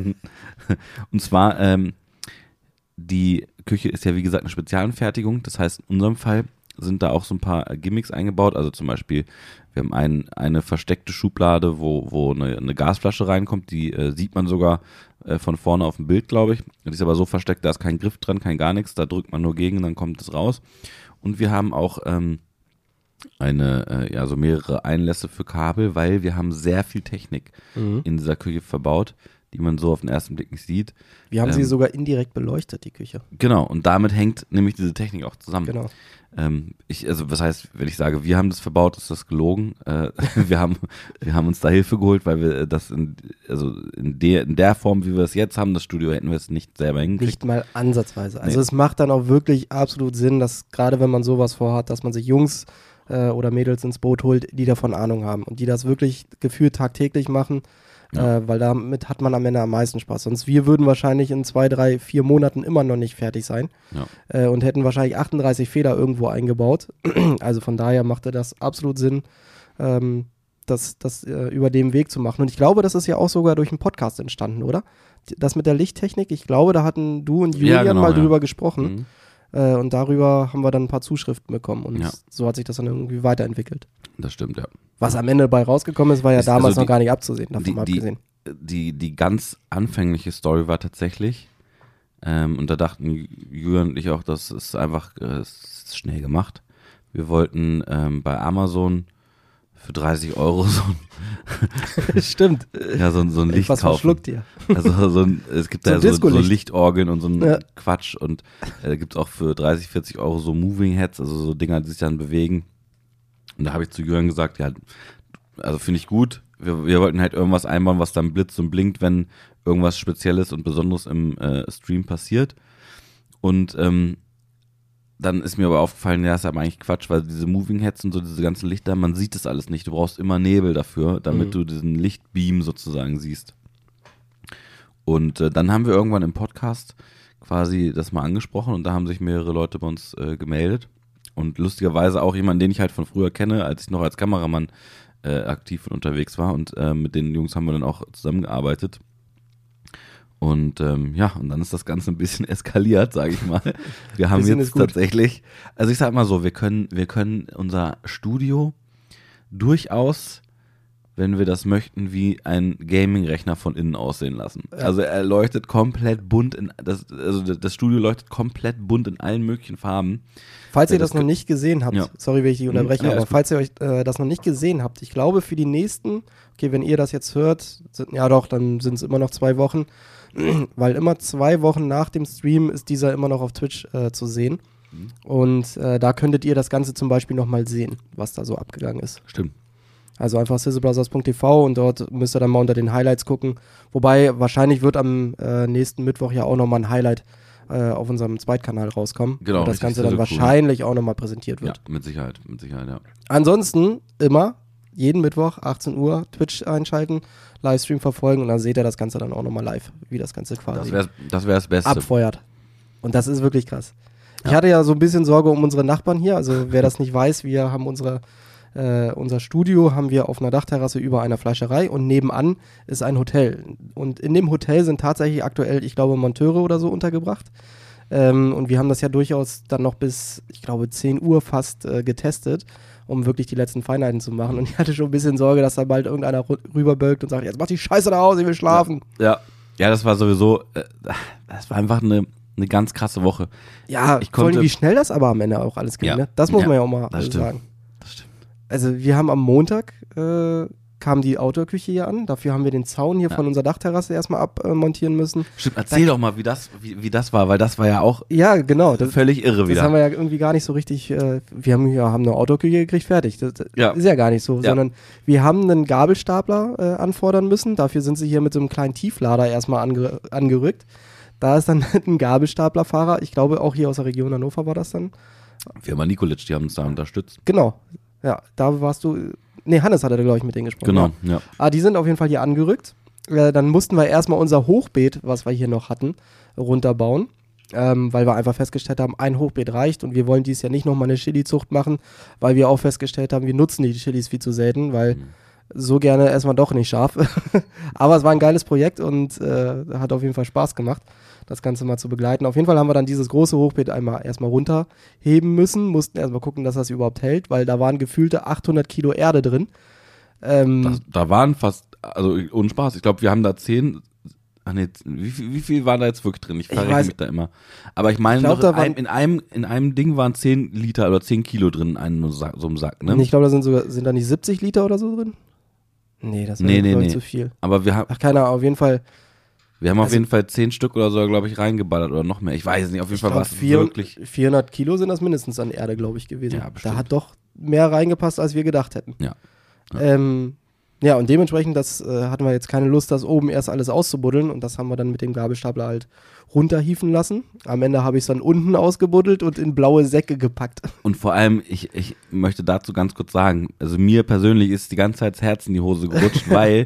Und zwar, ähm, die Küche ist ja wie gesagt eine Spezialanfertigung. Das heißt, in unserem Fall sind da auch so ein paar Gimmicks eingebaut. Also zum Beispiel, wir haben ein, eine versteckte Schublade, wo, wo eine, eine Gasflasche reinkommt. Die äh, sieht man sogar äh, von vorne auf dem Bild, glaube ich. Die ist aber so versteckt, da ist kein Griff dran, kein gar nichts. Da drückt man nur gegen und dann kommt es raus. Und wir haben auch ähm, eine, äh, ja, so mehrere Einlässe für Kabel, weil wir haben sehr viel Technik Mhm. in dieser Küche verbaut, die man so auf den ersten Blick nicht sieht. Wir haben sie Ähm, sogar indirekt beleuchtet, die Küche. Genau, und damit hängt nämlich diese Technik auch zusammen. Genau. Ähm, ich, also was heißt, wenn ich sage, wir haben das verbaut, ist das gelogen. Äh, wir haben, wir haben uns da Hilfe geholt, weil wir das in, also in der, in der Form, wie wir es jetzt haben, das Studio, hätten wir es nicht selber hingekriegt. Nicht mal ansatzweise. Also Nee. es macht dann auch wirklich absolut Sinn, dass gerade wenn man sowas vorhat, dass man sich Jungs äh, oder Mädels ins Boot holt, die davon Ahnung haben und die das wirklich gefühlt tagtäglich machen, Ja. äh, weil damit hat man am Ende am meisten Spaß. Sonst wir würden wahrscheinlich in zwei, drei, vier Monaten immer noch nicht fertig sein Ja. äh, und hätten wahrscheinlich achtunddreißig Fehler irgendwo eingebaut. Also von daher machte das absolut Sinn, ähm, das, das äh, über dem Weg zu machen. Und ich glaube, das ist ja auch sogar durch einen Podcast entstanden, oder? Das mit der Lichttechnik, ich glaube, da hatten du und Julian genau, mal ja. drüber gesprochen. Mhm. Äh, und darüber haben wir dann ein paar Zuschriften bekommen. Und Ja. so hat sich das dann irgendwie weiterentwickelt. Das stimmt, ja. Was am Ende dabei rausgekommen ist, war ja Ist damals also die- noch gar nicht abzusehen, davon die- mal die- abgesehen. Die, die ganz anfängliche Story war tatsächlich, ähm, und da dachten Julian und ich auch, das ist einfach äh, es ist schnell gemacht. Wir wollten ähm, bei Amazon für dreißig Euro so ein, Stimmt. ja, so, ein- so ein Licht Was kaufen. verschluckt ihr? Also so ein, es gibt So da ein so, so Disco-Licht. Lichtorgeln und so ein Ja. Quatsch und äh, gibt es auch für dreißig, vierzig Euro so Moving Heads, also so Dinger, die sich dann bewegen. Und da habe ich zu Jürgen gesagt, ja, also finde ich gut. Wir, wir wollten halt irgendwas einbauen, was dann blitzt und blinkt, wenn irgendwas Spezielles und Besonderes im äh, Stream passiert. Und ähm, dann ist mir aber aufgefallen, ja, ist aber eigentlich Quatsch, weil diese Moving Heads und so, diese ganzen Lichter, man sieht das alles nicht. Du brauchst immer Nebel dafür, damit Mhm. du diesen Lichtbeam sozusagen siehst. Und äh, dann haben wir irgendwann im Podcast quasi das mal angesprochen und da haben sich mehrere Leute bei uns äh, gemeldet. Und lustigerweise auch jemand, den ich halt von früher kenne, als ich noch als Kameramann äh, aktiv und unterwegs war. Und äh, mit den Jungs haben wir dann auch zusammengearbeitet. Und ähm, ja, und dann ist das Ganze ein bisschen eskaliert, sage ich mal. Wir haben Bisschen jetzt ist gut. tatsächlich, also ich sag mal so, wir können, wir können unser Studio durchaus, wenn wir das möchten, wie ein Gaming-Rechner von innen aussehen lassen. Ja. Also er leuchtet komplett bunt, in, das, also das Studio leuchtet komplett bunt in allen möglichen Farben. Falls ihr Ja, das das noch kö- nicht gesehen habt, Ja. sorry, wenn ich dich unterbreche, Ja, aber ist gut. falls ihr euch äh, das noch nicht gesehen habt, ich glaube für die nächsten, okay, wenn ihr das jetzt hört, sind, ja doch, dann sind es immer noch zwei Wochen, weil immer zwei Wochen nach dem Stream ist dieser immer noch auf Twitch äh, zu sehen. Mhm. Und äh, da könntet ihr das Ganze zum Beispiel nochmal sehen, was da so abgegangen ist. Stimmt. Also einfach sizzlebrothers punkt t v und dort müsst ihr dann mal unter den Highlights gucken. Wobei wahrscheinlich wird am äh, nächsten Mittwoch ja auch nochmal ein Highlight äh, auf unserem Zweitkanal rauskommen. Genau, Und das richtig, Ganze sehr, dann sehr cool. wahrscheinlich auch nochmal präsentiert Ja, wird. mit Sicherheit, mit Sicherheit, ja. Ansonsten immer jeden Mittwoch achtzehn Uhr Twitch einschalten, Livestream verfolgen und dann seht ihr das Ganze dann auch nochmal live, wie das Ganze Das quasi wäre das, wär das Beste. abfeuert. Und das ist wirklich krass. Ich Ja. hatte ja so ein bisschen Sorge um unsere Nachbarn hier. Also wer das nicht weiß, wir haben unsere Äh, unser Studio haben wir auf einer Dachterrasse über einer Fleischerei und nebenan ist ein Hotel. Und in dem Hotel sind tatsächlich aktuell, ich glaube, Monteure oder so untergebracht. Ähm, und wir haben das ja durchaus dann noch bis, ich glaube, zehn Uhr fast äh, getestet, um wirklich die letzten Feinheiten zu machen. Und ich hatte schon ein bisschen Sorge, dass da bald irgendeiner rü- rüberbölkt und sagt, jetzt mach die Scheiße nach Hause, ich will schlafen. Ja, ja, das war sowieso, äh, das war einfach eine, eine ganz krasse Woche. Ja, ich vor allem, konnte, wie schnell das aber am Ende auch alles ging. Ja. Ne? Das muss Ja, man ja auch mal das äh, stimmt. sagen. das stimmt. Also wir haben am Montag, äh, kam die Outdoor-Küche hier an. Dafür haben wir den Zaun hier Ja. von unserer Dachterrasse erstmal abmontieren müssen. Stimmt, erzähl doch mal, wie das, wie, wie das war, weil das war ja auch Ja, genau. Das, völlig irre das wieder. haben wir ja irgendwie gar nicht so richtig, äh, wir haben ja haben eine Outdoor-Küche gekriegt, fertig. Das, das Ja. ist ja gar nicht so, Ja. sondern wir haben einen Gabelstapler äh, anfordern müssen. Dafür sind sie hier mit so einem kleinen Tieflader erstmal ange angerückt. Da ist dann ein Gabelstaplerfahrer, ich glaube auch hier aus der Region Hannover war das dann. Firma Nikolic, die haben uns da unterstützt. Genau. Ja, da warst du, nee, Hannes hatte da, glaube ich, mit denen gesprochen. Genau, Ja. ja. Ah, die sind auf jeden Fall hier angerückt. Äh, dann mussten wir erstmal unser Hochbeet, was wir hier noch hatten, runterbauen. Ähm, weil wir einfach festgestellt haben, ein Hochbeet reicht und wir wollen dies Jahr nicht nochmal eine Chili-Zucht machen, weil wir auch festgestellt haben, wir nutzen die Chilis viel zu selten, weil Mhm. so gerne essen wir doch nicht scharf. Aber es war ein geiles Projekt und äh, hat auf jeden Fall Spaß gemacht, das Ganze mal zu begleiten. Auf jeden Fall haben wir dann dieses große Hochbeet einmal erstmal runterheben müssen, mussten erstmal gucken, dass das überhaupt hält, weil da waren gefühlte achthundert Kilo Erde drin. Ähm, Das, da waren fast, also ohne Spaß, ich glaube, wir haben da zehn, ach nee, wie viel, wie viel waren da jetzt wirklich drin? Ich Ich verrechne weiß- mich da immer. Aber ich meine, Ich glaub, noch da in, waren- einem, in, einem, in einem Ding waren zehn Liter oder zehn Kilo drin in einem Sack, so einem Sack, ne? Ich glaube, da sind sogar, sind da nicht siebzig Liter oder so drin? Nee, das Nee, wäre nee, glaub ich, nee. zu viel. Aber wir haben, Ach, keine Ahnung, auf jeden Fall. wir haben auf Also- jeden Fall zehn Stück oder so, glaube ich, reingeballert oder noch mehr. Ich weiß es nicht, auf jeden Ich Fall war glaub, es vier- wirklich. vierhundert Kilo sind das mindestens an Erde, glaube ich, gewesen. Ja, bestimmt. Da hat doch mehr reingepasst, als wir gedacht hätten. Ja. Ja. Ähm, ja, und dementsprechend, das äh, hatten wir jetzt keine Lust, das oben erst alles auszubuddeln und das haben wir dann mit dem Gabelstapler halt runterhieven lassen. Am Ende habe ich es dann unten ausgebuddelt und in blaue Säcke gepackt. Und vor allem, ich, ich möchte dazu ganz kurz sagen, also mir persönlich ist die ganze Zeit das Herz in die Hose gerutscht, weil,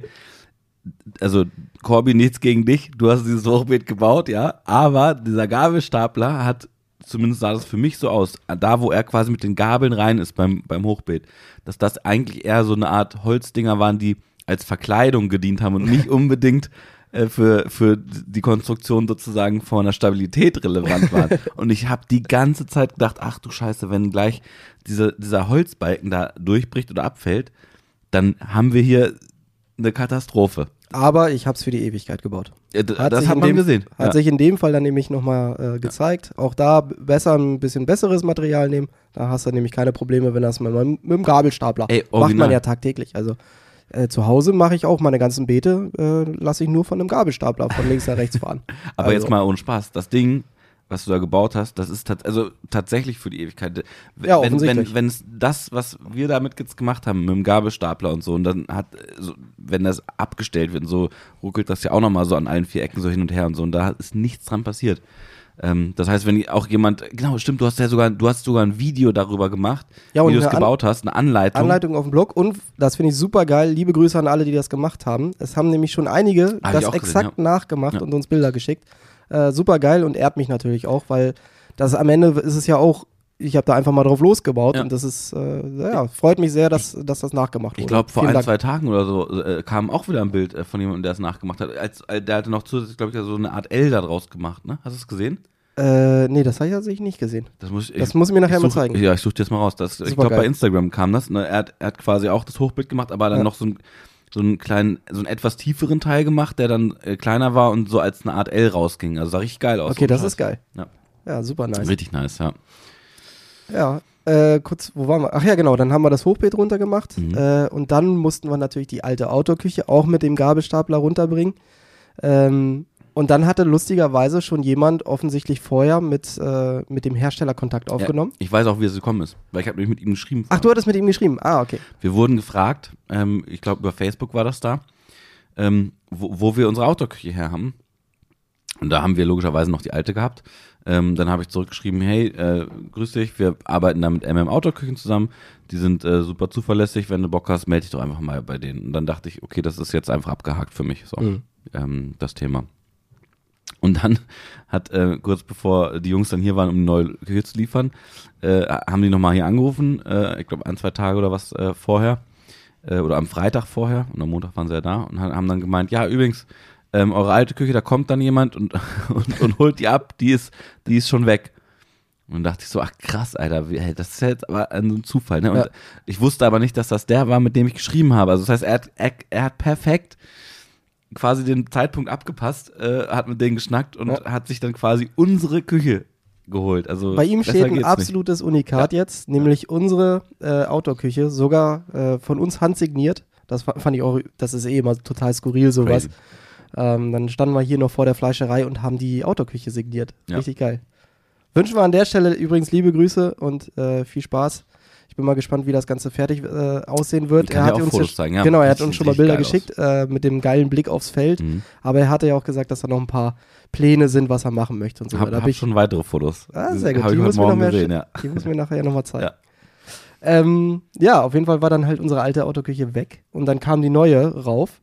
also Corby, nichts gegen dich, du hast dieses Hochbeet gebaut, ja, aber dieser Gabelstapler hat, zumindest sah das für mich so aus, da wo er quasi mit den Gabeln rein ist beim, beim Hochbeet, dass das eigentlich eher so eine Art Holzdinger waren, die als Verkleidung gedient haben und nicht unbedingt äh, für, für die Konstruktion sozusagen von der Stabilität relevant waren. Und ich habe die ganze Zeit gedacht, ach du Scheiße, wenn gleich diese, dieser Holzbalken da durchbricht oder abfällt, dann haben wir hier eine Katastrophe. Aber ich habe es für die Ewigkeit gebaut. Ja, d- Hat das sich hat in man dem- gesehen. Hat Ja. sich in dem Fall dann nämlich nochmal äh, gezeigt. Auch da b- besser ein bisschen besseres Material nehmen. Da hast du nämlich keine Probleme, wenn das mit, mit dem Gabelstapler Ey, macht original. man ja tagtäglich. Also äh, zu Hause mache ich auch meine ganzen Beete, äh, lasse ich nur von einem Gabelstapler von links nach rechts fahren. Aber also, jetzt mal ohne Spaß, das Ding, was du da gebaut hast, das ist tat, also tatsächlich für die Ewigkeit. W- Ja, wenn, offensichtlich. wenn, wenn es das, was wir damit jetzt gemacht haben, mit dem Gabelstapler und so, und dann hat, so, wenn das abgestellt wird, und so ruckelt das ja auch nochmal so an allen vier Ecken so hin und her und so, und da ist nichts dran passiert. Ähm, das heißt, wenn auch jemand, genau, stimmt, du hast ja sogar, du hast sogar ein Video darüber gemacht, Ja, und wie du es eine An- gebaut hast, eine Anleitung. Anleitung auf dem Blog und das finde ich super geil. Liebe Grüße an alle, die das gemacht haben. Es haben nämlich schon einige Hab ich das auch gesehen, exakt ja. nachgemacht Ja. und uns Bilder geschickt. Äh, super geil und ehrt mich natürlich auch, weil das am Ende ist es ja auch, ich habe da einfach mal drauf losgebaut Ja. und das ist, äh, ja, freut mich sehr, dass, dass das nachgemacht wurde. Ich glaube, vor Vielen ein, Dank. zwei Tagen oder so äh, kam auch wieder ein Bild äh, von jemandem, der es nachgemacht hat. Als, äh, der hatte noch zusätzlich, glaube ich, so eine Art L da draus gemacht, ne? Hast du es gesehen? Äh, nee, das habe ich tatsächlich nicht gesehen. Das muss ich, Das muss ich mir nachher ich mal such, zeigen. Ja, ich suche dir das mal raus. Das, ich Super glaube, bei geil. Instagram kam das. Ne? Er, hat, er hat quasi auch das Hochbild gemacht, aber dann Ja. noch so, ein, so einen kleinen, so einen etwas tieferen Teil gemacht, der dann äh, kleiner war und so als eine Art L rausging. Also sah richtig geil aus. Okay, das ist geil. Ja. Ja, super nice. Richtig nice, ja. Ja, äh, kurz, wo waren wir? Ach ja, genau, dann haben wir das Hochbeet runtergemacht Mhm. äh, und dann mussten wir natürlich die alte Outdoor-Küche auch mit dem Gabelstapler runterbringen. Ähm, und dann hatte lustigerweise schon jemand offensichtlich vorher mit, äh, mit dem Hersteller Kontakt aufgenommen. Ja, ich weiß auch, wie es gekommen ist, weil ich habe nämlich mit ihm geschrieben. Ach, du hattest mit ihm geschrieben? Ah, okay. Wir wurden gefragt, ähm, ich glaube über Facebook war das da, ähm, wo, wo wir unsere Outdoor-Küche her haben. Und da haben wir logischerweise noch die alte gehabt. Ähm, dann habe ich zurückgeschrieben, hey, äh, grüß dich, wir arbeiten da mit M M Outdoor-Küchen zusammen. Die sind äh, super zuverlässig, wenn du Bock hast, melde dich doch einfach mal bei denen. Und dann dachte ich, okay, das ist jetzt einfach abgehakt für mich, so, Mhm. ähm, das Thema. Und dann hat, äh, kurz bevor die Jungs dann hier waren, um die neue Küche zu liefern, äh, haben die nochmal hier angerufen, äh, ich glaube ein, zwei Tage oder was äh, vorher, äh, oder am Freitag vorher, und am Montag waren sie ja da und haben dann gemeint, ja übrigens, ähm, eure alte Küche, da kommt dann jemand und, und, und holt die ab, die ist, die ist schon weg. Und dann dachte ich so, ach krass, Alter, wie, hey, das ist ja jetzt aber ein Zufall, ne? Und ja. Ich wusste aber nicht, dass das der war, mit dem ich geschrieben habe. Also das heißt, er hat, er, er hat perfekt quasi den Zeitpunkt abgepasst, äh, hat mit denen geschnackt und ja. hat sich dann quasi unsere Küche geholt. Also bei ihm steht ein absolutes nicht. Unikat ja. jetzt, nämlich ja. unsere äh, Outdoor-Küche, sogar äh, von uns handsigniert. Das fand ich auch, das ist eh immer total skurril, sowas. Ähm, dann standen wir hier noch vor der Fleischerei und haben die Outdoor-Küche signiert. Ja. Richtig geil. Wünschen wir an der Stelle übrigens liebe Grüße und äh, viel Spaß. Ich bin mal gespannt, wie das Ganze fertig äh, aussehen wird. Er hat uns Fotos zeigen, ja. Genau, er hat uns schon mal Bilder geschickt äh, mit dem geilen Blick aufs Feld. Mhm. Aber er hatte ja auch gesagt, dass da noch ein paar Pläne sind, was er machen möchte und so. Hab, da hab ich schon weitere Fotos. Ah, sehr gut. Die, die, muss mir noch mehr gesehen, ja. die muss mir nachher ja nochmal zeigen. Ja. Ähm, ja, auf jeden Fall war dann halt unsere alte Autoküche weg und dann kam die neue rauf.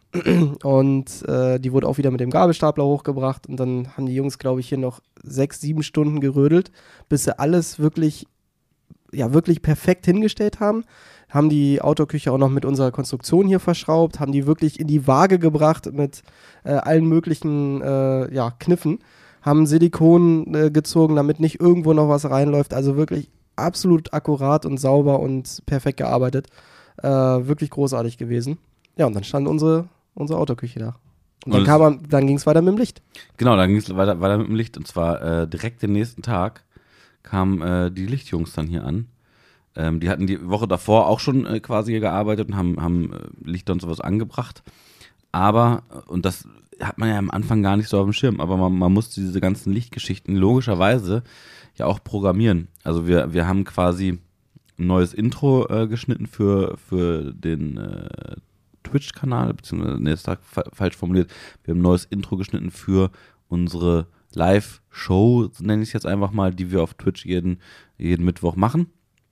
Und äh, die wurde auch wieder mit dem Gabelstapler hochgebracht und dann haben die Jungs, glaube ich, hier noch sechs, sieben Stunden gerödelt, bis sie alles wirklich, ja, wirklich perfekt hingestellt haben. Haben die Autoküche auch noch mit unserer Konstruktion hier verschraubt, haben die wirklich in die Waage gebracht mit äh, allen möglichen äh, ja, Kniffen, haben Silikon äh, gezogen, damit nicht irgendwo noch was reinläuft. Also wirklich absolut akkurat und sauber und perfekt gearbeitet. Äh, wirklich großartig gewesen. Ja, und dann stand unsere unsere Autoküche da. Und, und dann, kam man, dann ging es weiter mit dem Licht. Genau, dann ging es weiter, weiter mit dem Licht. Und zwar äh, direkt den nächsten Tag kamen äh, die Lichtjungs dann hier an. Ähm, die hatten die Woche davor auch schon äh, quasi hier gearbeitet und haben, haben äh, Lichter und sowas angebracht. Aber, und das hat man ja am Anfang gar nicht so auf dem Schirm, aber man, man musste diese ganzen Lichtgeschichten logischerweise ja auch programmieren. Also wir, wir haben quasi ein neues Intro äh, geschnitten für, für den äh, Twitch-Kanal, beziehungsweise, ne, das ist falsch formuliert, wir haben ein neues Intro geschnitten für unsere Live-Show, nenne ich es jetzt einfach mal, die wir auf Twitch jeden, jeden Mittwoch machen.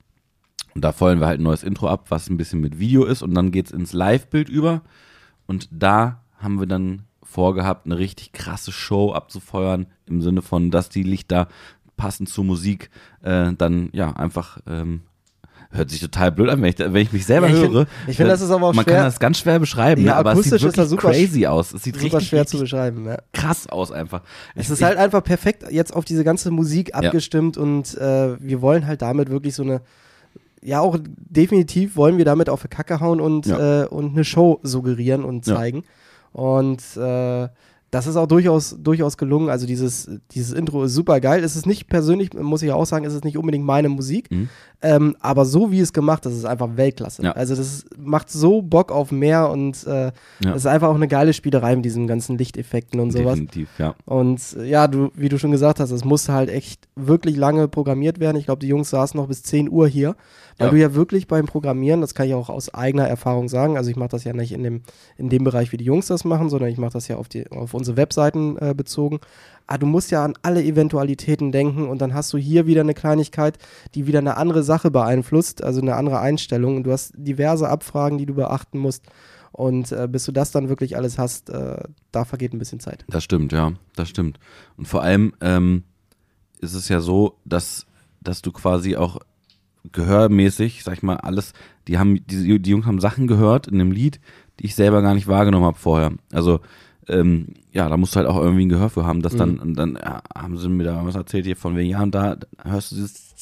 Und da feuern wir halt ein neues Intro ab, was ein bisschen mit Video ist und dann geht es ins Live-Bild über und da haben wir dann vorgehabt, eine richtig krasse Show abzufeuern, im Sinne von, dass die Lichter passend zur Musik äh, dann ja einfach ähm, hört sich total blöd an, wenn ich, wenn ich mich selber ja, ich höre. Find, ich finde, das ist aber auch man schwer. Man kann das ganz schwer beschreiben, ja, ne? Aber es sieht wirklich ist super, crazy aus. Es sieht super richtig, schwer richtig zu beschreiben. Ja. krass aus einfach. Es ich, ist halt einfach perfekt jetzt auf diese ganze Musik abgestimmt ja. und äh, wir wollen halt damit wirklich so eine, ja auch definitiv wollen wir damit auf die Kacke hauen und, ja. äh, und eine Show suggerieren und zeigen. Ja. Und äh, das ist auch durchaus, durchaus gelungen. Also dieses, dieses Intro ist super geil. Es ist nicht persönlich, muss ich auch sagen, es ist nicht unbedingt meine Musik. Mhm. Ähm, aber so wie es gemacht ist, ist es einfach Weltklasse. Ja. Also das ist, macht so Bock auf mehr und äh, ja. es ist einfach auch eine geile Spielerei mit diesen ganzen Lichteffekten und sowas. Definitiv, ja. Und ja, du, wie du schon gesagt hast, es musste halt echt wirklich lange programmiert werden. Ich glaube, die Jungs saßen noch bis zehn Uhr hier, weil ja. du ja wirklich beim Programmieren, das kann ich auch aus eigener Erfahrung sagen, also ich mache das ja nicht in dem, in dem Bereich, wie die Jungs das machen, sondern ich mache das ja auf, die, auf unsere Webseiten äh, bezogen. Ah, du musst ja an alle Eventualitäten denken und dann hast du hier wieder eine Kleinigkeit, die wieder eine andere Sache beeinflusst, also eine andere Einstellung und du hast diverse Abfragen, die du beachten musst und äh, bis du das dann wirklich alles hast, äh, da vergeht ein bisschen Zeit. Das stimmt, ja, das stimmt. Und vor allem ähm, ist es ja so, dass, dass du quasi auch gehörmäßig, sag ich mal, alles, die haben, die, die Jungs haben Sachen gehört in dem Lied, die ich selber gar nicht wahrgenommen habe vorher. Also Ähm, ja, da musst du halt auch irgendwie ein Gehör für haben, dass dann, mhm. und dann ja, haben sie mir da was erzählt hier von wegen, ja, und da hörst du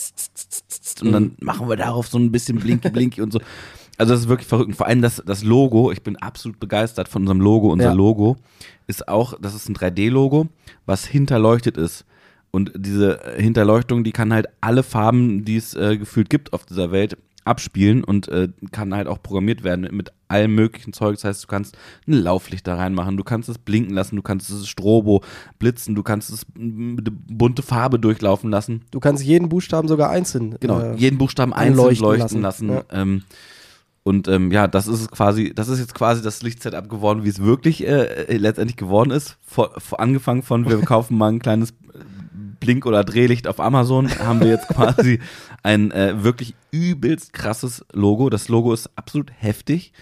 dieses und dann machen wir darauf so ein bisschen Blinky Blinky und so. Also das ist wirklich verrückt. Und vor allem das, das Logo, ich bin absolut begeistert von unserem Logo. Unser ja. Logo ist auch, das ist ein drei D Logo, was hinterleuchtet ist. Und diese Hinterleuchtung, die kann halt alle Farben, die es äh, gefühlt gibt auf dieser Welt, abspielen und äh, kann halt auch programmiert werden mit allem möglichen Zeug. Das heißt, du kannst ein Lauflicht da reinmachen, du kannst es blinken lassen, du kannst es Strobo blitzen, du kannst es mit bunte Farbe durchlaufen lassen. Du kannst jeden Buchstaben sogar einzeln Genau, äh, jeden Buchstaben einzeln leuchten, leuchten lassen. lassen. Ja. Ähm, und ähm, ja, das ist quasi, das ist jetzt quasi das Lichtsetup geworden, wie es wirklich äh, letztendlich geworden ist. Vor, vor, angefangen von, wir kaufen mal ein kleines Blink- oder Drehlicht auf Amazon, haben wir jetzt quasi ein äh, wirklich übelst krasses Logo. Das Logo ist absolut heftig. Ja.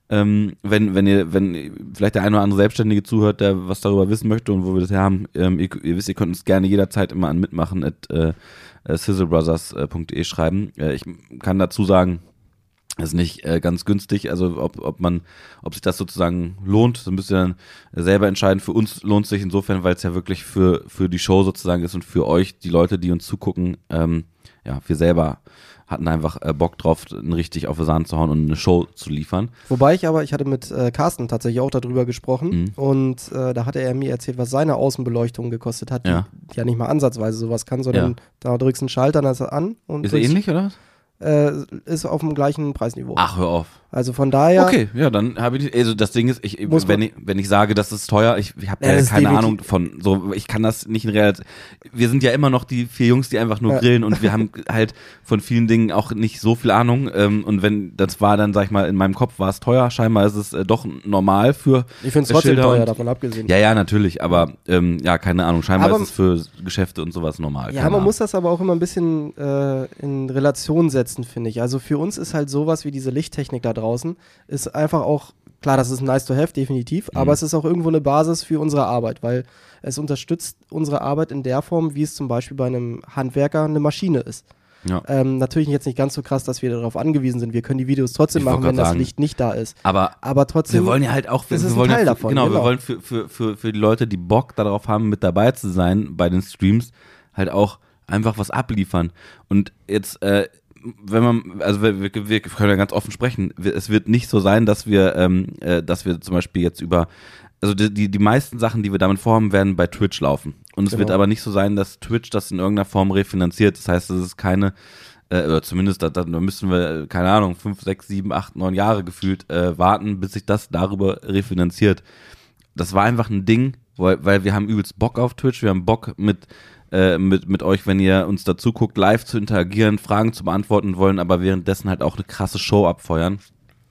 Ähm, wenn, wenn ihr, wenn vielleicht der eine oder andere Selbstständige zuhört, der was darüber wissen möchte und wo wir das her haben, ähm, ihr, ihr wisst, ihr könnt uns gerne jederzeit immer an mitmachen at äh, sizzlebrothers punkt de schreiben. Äh, ich kann dazu sagen, ist nicht äh, ganz günstig, also ob, ob man, ob sich das sozusagen lohnt, so müsst ihr dann selber entscheiden. Für uns lohnt es sich insofern, weil es ja wirklich für, für die Show sozusagen ist und für euch, die Leute, die uns zugucken, ähm, ja, wir selber hatten einfach äh, Bock drauf, richtig auf die Sahne zu hauen und eine Show zu liefern. Wobei ich aber, ich hatte mit äh, Carsten tatsächlich auch darüber gesprochen Mhm. und äh, da hatte er mir erzählt, was seine Außenbeleuchtung gekostet hat, die Ja. die ja nicht mal ansatzweise sowas kann, sondern Ja. da drückst du einen Schalter, dann ist er an und Ist er drückst- ähnlich, oder? äh, ist auf dem gleichen Preisniveau. Ach, hör auf. Also von daher, Okay, ja, dann habe ich, also das Ding ist, ich, Muss wenn man- ich, wenn ich sage, das ist teuer, ich, ich habe Ja, ja, das ist keine definitiv- Ahnung von, so, ich kann das nicht in Realität, wir sind ja immer noch die vier Jungs, die einfach nur Ja. grillen und wir haben halt von vielen Dingen auch nicht so viel Ahnung, ähm, und wenn, das war dann, sag ich mal, in meinem Kopf war es teuer, scheinbar ist es äh, doch normal für ich finde es trotzdem Schilder teuer, und- davon abgesehen. Ja, ja, natürlich, aber ähm, ja, keine Ahnung, scheinbar Aber- ist es für Geschäfte und sowas normal. Ja, keine man Ahnung. muss das aber auch immer ein bisschen äh, in Relation setzen, finde ich. Also für uns ist halt sowas wie diese Lichttechnik da draußen, ist einfach auch, klar, das ist nice to have, definitiv, Mhm. aber es ist auch irgendwo eine Basis für unsere Arbeit, weil es unterstützt unsere Arbeit in der Form, wie es zum Beispiel bei einem Handwerker eine Maschine ist. Ja. Ähm, natürlich jetzt nicht ganz so krass, dass wir darauf angewiesen sind. Wir können die Videos trotzdem Ich wollte machen, wenn grad das sagen. Licht nicht da ist. Aber Aber trotzdem, wir wollen ja halt auch, das wir ist ein wollen Teil ja für, davon, genau, wir genau. wollen für, für, für, für die Leute, die Bock darauf haben, mit dabei zu sein bei den Streams, halt auch einfach was abliefern. Und jetzt, äh, wenn man, also wir, wir, wir können ja ganz offen sprechen, wir, es wird nicht so sein, dass wir, ähm, äh, dass wir zum Beispiel jetzt über, also die, die, die meisten Sachen, die wir damit vorhaben, werden bei Twitch laufen. Und es Genau. wird aber nicht so sein, dass Twitch das in irgendeiner Form refinanziert. Das heißt, es ist keine, äh, oder zumindest, da, da müssen wir, keine Ahnung, fünf, sechs, sieben, acht, neun Jahre gefühlt äh, warten, bis sich das darüber refinanziert. Das war einfach ein Ding, weil, weil wir haben übelst Bock auf Twitch, wir haben Bock mit, äh, mit, mit euch, wenn ihr uns dazu guckt, live zu interagieren, Fragen zu beantworten wollen, aber währenddessen halt auch eine krasse Show abfeuern.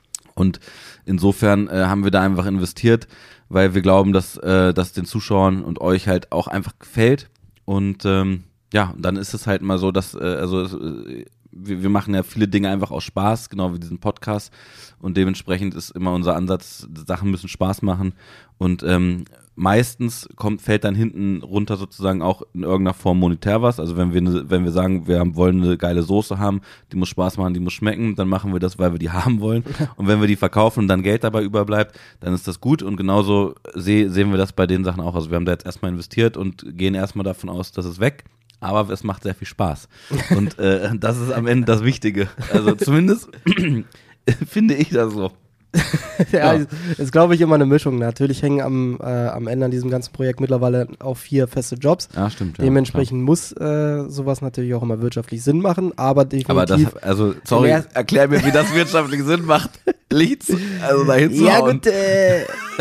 Und insofern äh, haben wir da einfach investiert, weil wir glauben, dass äh, das den Zuschauern und euch halt auch einfach gefällt. Und ähm, ja, dann ist es halt mal so, dass äh, also äh, wir, wir machen ja viele Dinge einfach aus Spaß, genau wie diesen Podcast. Und dementsprechend ist immer unser Ansatz, Sachen müssen Spaß machen. Und ähm, meistens kommt, fällt dann hinten runter sozusagen auch in irgendeiner Form monetär was. Also wenn wir, ne, wenn wir sagen, wir haben, wollen eine geile Soße haben, die muss Spaß machen, die muss schmecken, dann machen wir das, weil wir die haben wollen. Und wenn wir die verkaufen und dann Geld dabei überbleibt, dann ist das gut. Und genauso seh, sehen wir das bei den Sachen auch. Also wir haben da jetzt erstmal investiert und gehen erstmal davon aus, dass es weg. Aber es macht sehr viel Spaß. Und äh, das ist am Ende das Wichtige. Also zumindest finde ich das so. ja, Ja. ist, ist glaube ich immer eine Mischung. Natürlich hängen am, äh, am Ende an diesem ganzen Projekt mittlerweile auch vier feste Jobs. Ja, stimmt. Ja, Dementsprechend muss äh, sowas natürlich auch immer wirtschaftlich Sinn machen, aber definitiv. Aber das, also, sorry, Ja. erklär mir, wie das wirtschaftlich Sinn macht. Licht, also dahin zu ja hauen. gut, äh,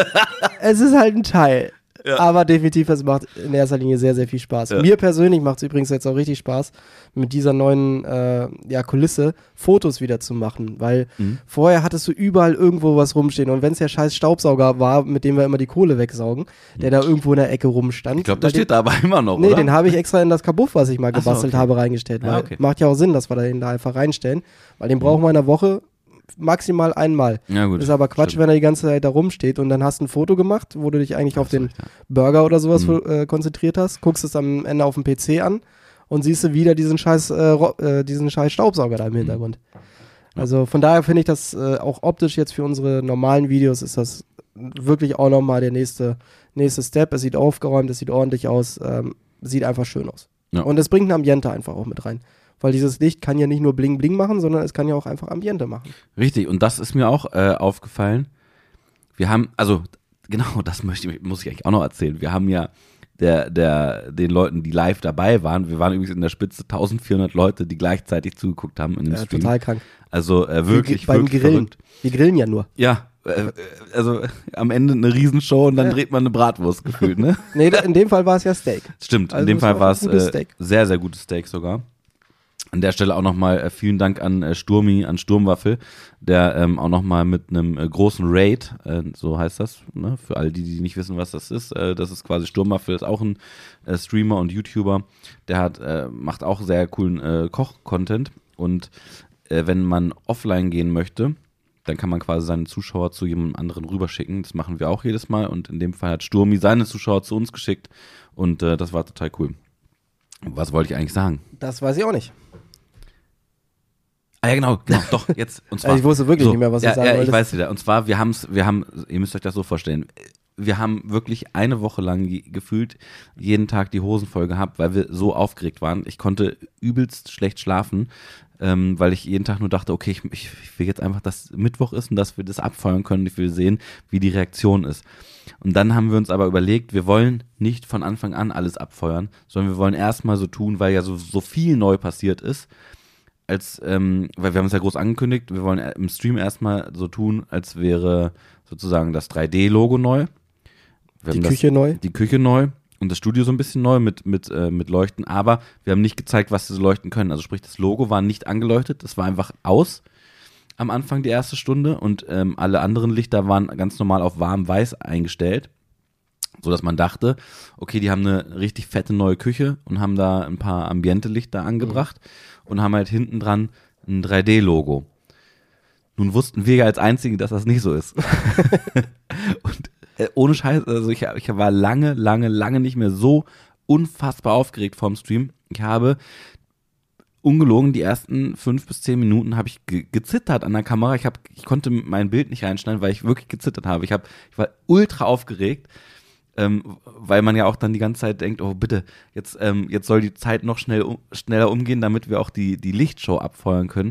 es ist halt ein Teil. Ja. Aber definitiv, es macht in erster Linie sehr, sehr viel Spaß. Ja. Mir persönlich macht es übrigens jetzt auch richtig Spaß, mit dieser neuen äh, ja, Kulisse Fotos wieder zu machen, weil Mhm. vorher hattest du überall irgendwo was rumstehen und wenn es der scheiß Staubsauger war, mit dem wir immer die Kohle wegsaugen, der da irgendwo in der Ecke rumstand. Ich glaube, der weil den- steht da aber immer noch, Nee, oder? den habe ich extra in das Kabuff, was ich mal Ach so, gebastelt okay. habe, reingestellt. Ja, Weil okay. macht ja auch Sinn, dass wir den da einfach reinstellen, weil den brauchen wir in der Woche maximal einmal. Ja, gut. Ist aber Quatsch, stimmt. wenn er die ganze Zeit da rumsteht und dann hast du ein Foto gemacht, wo du dich eigentlich auf Hast du den recht, ja. Burger oder sowas Mhm. äh, konzentriert hast, guckst es am Ende auf dem P C an und siehst du wieder diesen scheiß, äh, Ro- äh, diesen scheiß Staubsauger da im Hintergrund. Also von daher finde ich das äh, auch optisch jetzt für unsere normalen Videos ist das wirklich auch nochmal der nächste, nächste Step. Es sieht aufgeräumt, es sieht ordentlich aus, ähm, sieht einfach schön aus. Ja. Und es bringt ein Ambiente einfach auch mit rein. Weil dieses Licht kann ja nicht nur Bling Bling machen, sondern es kann ja auch einfach Ambiente machen. Richtig, und das ist mir auch äh, aufgefallen. Wir haben, also genau, das möchte ich, muss ich eigentlich auch noch erzählen. Wir haben ja der, der, den Leuten, die live dabei waren, wir waren übrigens in der Spitze eintausendvierhundert Leute, die gleichzeitig zugeguckt haben in dem Ja, Stream. total krank. Also äh, wirklich, Wir, beim wirklich Grillen. verrückt. Wir grillen ja nur. Ja, äh, also am Ende eine Riesenshow und dann Ja. dreht man eine Bratwurst gefühlt, ne? Nee, da- in dem Fall war es ja Steak. Stimmt, Also in dem es Fall war war ein es gutes äh, Steak. sehr, sehr gutes Steak sogar. An der Stelle auch nochmal äh, vielen Dank an äh, Sturmi, an Sturmwaffel, der ähm, auch nochmal mit einem äh, großen Raid, äh, so heißt das, ne? Für alle, die, die nicht wissen, was das ist, äh, das ist quasi Sturmwaffel, ist auch ein äh, Streamer und YouTuber, der hat äh, macht auch sehr coolen äh, Koch-Content und äh, wenn man offline gehen möchte, dann kann man quasi seine Zuschauer zu jemandem anderen rüberschicken. Das machen wir auch jedes Mal und in dem Fall hat Sturmi seine Zuschauer zu uns geschickt und äh, das war total cool. Was wollte ich eigentlich sagen? Das weiß ich auch nicht. Ah ja, genau, genau, doch, jetzt. Und zwar, also ich wusste wirklich so, nicht mehr, was ja, ich sagen ja, wollte. Ich weiß wieder. Und zwar, wir haben's, wir haben, ihr müsst euch das so vorstellen, wir haben wirklich eine Woche lang ge- gefühlt jeden Tag die Hosen voll gehabt, weil wir so aufgeregt waren. Ich konnte übelst schlecht schlafen, ähm, weil ich jeden Tag nur dachte, okay, ich, ich, ich will jetzt einfach, dass Mittwoch ist und dass wir das abfeuern können. Ich will sehen, wie die Reaktion ist. Und dann haben wir uns aber überlegt, wir wollen nicht von Anfang an alles abfeuern, sondern wir wollen erstmal so tun, weil ja so, so viel neu passiert ist, als, ähm, weil wir haben es ja groß angekündigt, wir wollen im Stream erstmal so tun, als wäre sozusagen das drei D-Logo neu. Wir die haben Küche das, neu. Die Küche neu und das Studio so ein bisschen neu mit, mit, äh, mit Leuchten, aber wir haben nicht gezeigt, was diese leuchten können. Also sprich, das Logo war nicht angeleuchtet, das war einfach aus am Anfang die erste Stunde und ähm, alle anderen Lichter waren ganz normal auf warm weiß eingestellt, sodass man dachte, okay, die haben eine richtig fette neue Küche und haben da ein paar Ambiente-Lichter angebracht mhm. und haben halt hinten dran ein drei D-Logo. Nun wussten wir ja als Einzige, dass das nicht so ist. Und äh, ohne Scheiß, also ich, ich war lange, lange, lange nicht mehr so unfassbar aufgeregt vorm Stream. Ich habe ungelogen die ersten fünf bis zehn Minuten habe ich ge- gezittert an der Kamera. Ich, hab, ich konnte mein Bild nicht reinschneiden, weil ich wirklich gezittert habe. Ich, hab, ich war ultra aufgeregt. Ähm, weil man ja auch dann die ganze Zeit denkt, oh bitte, jetzt, ähm, jetzt soll die Zeit noch schnell um, schneller umgehen, damit wir auch die, die Lichtshow abfeuern können.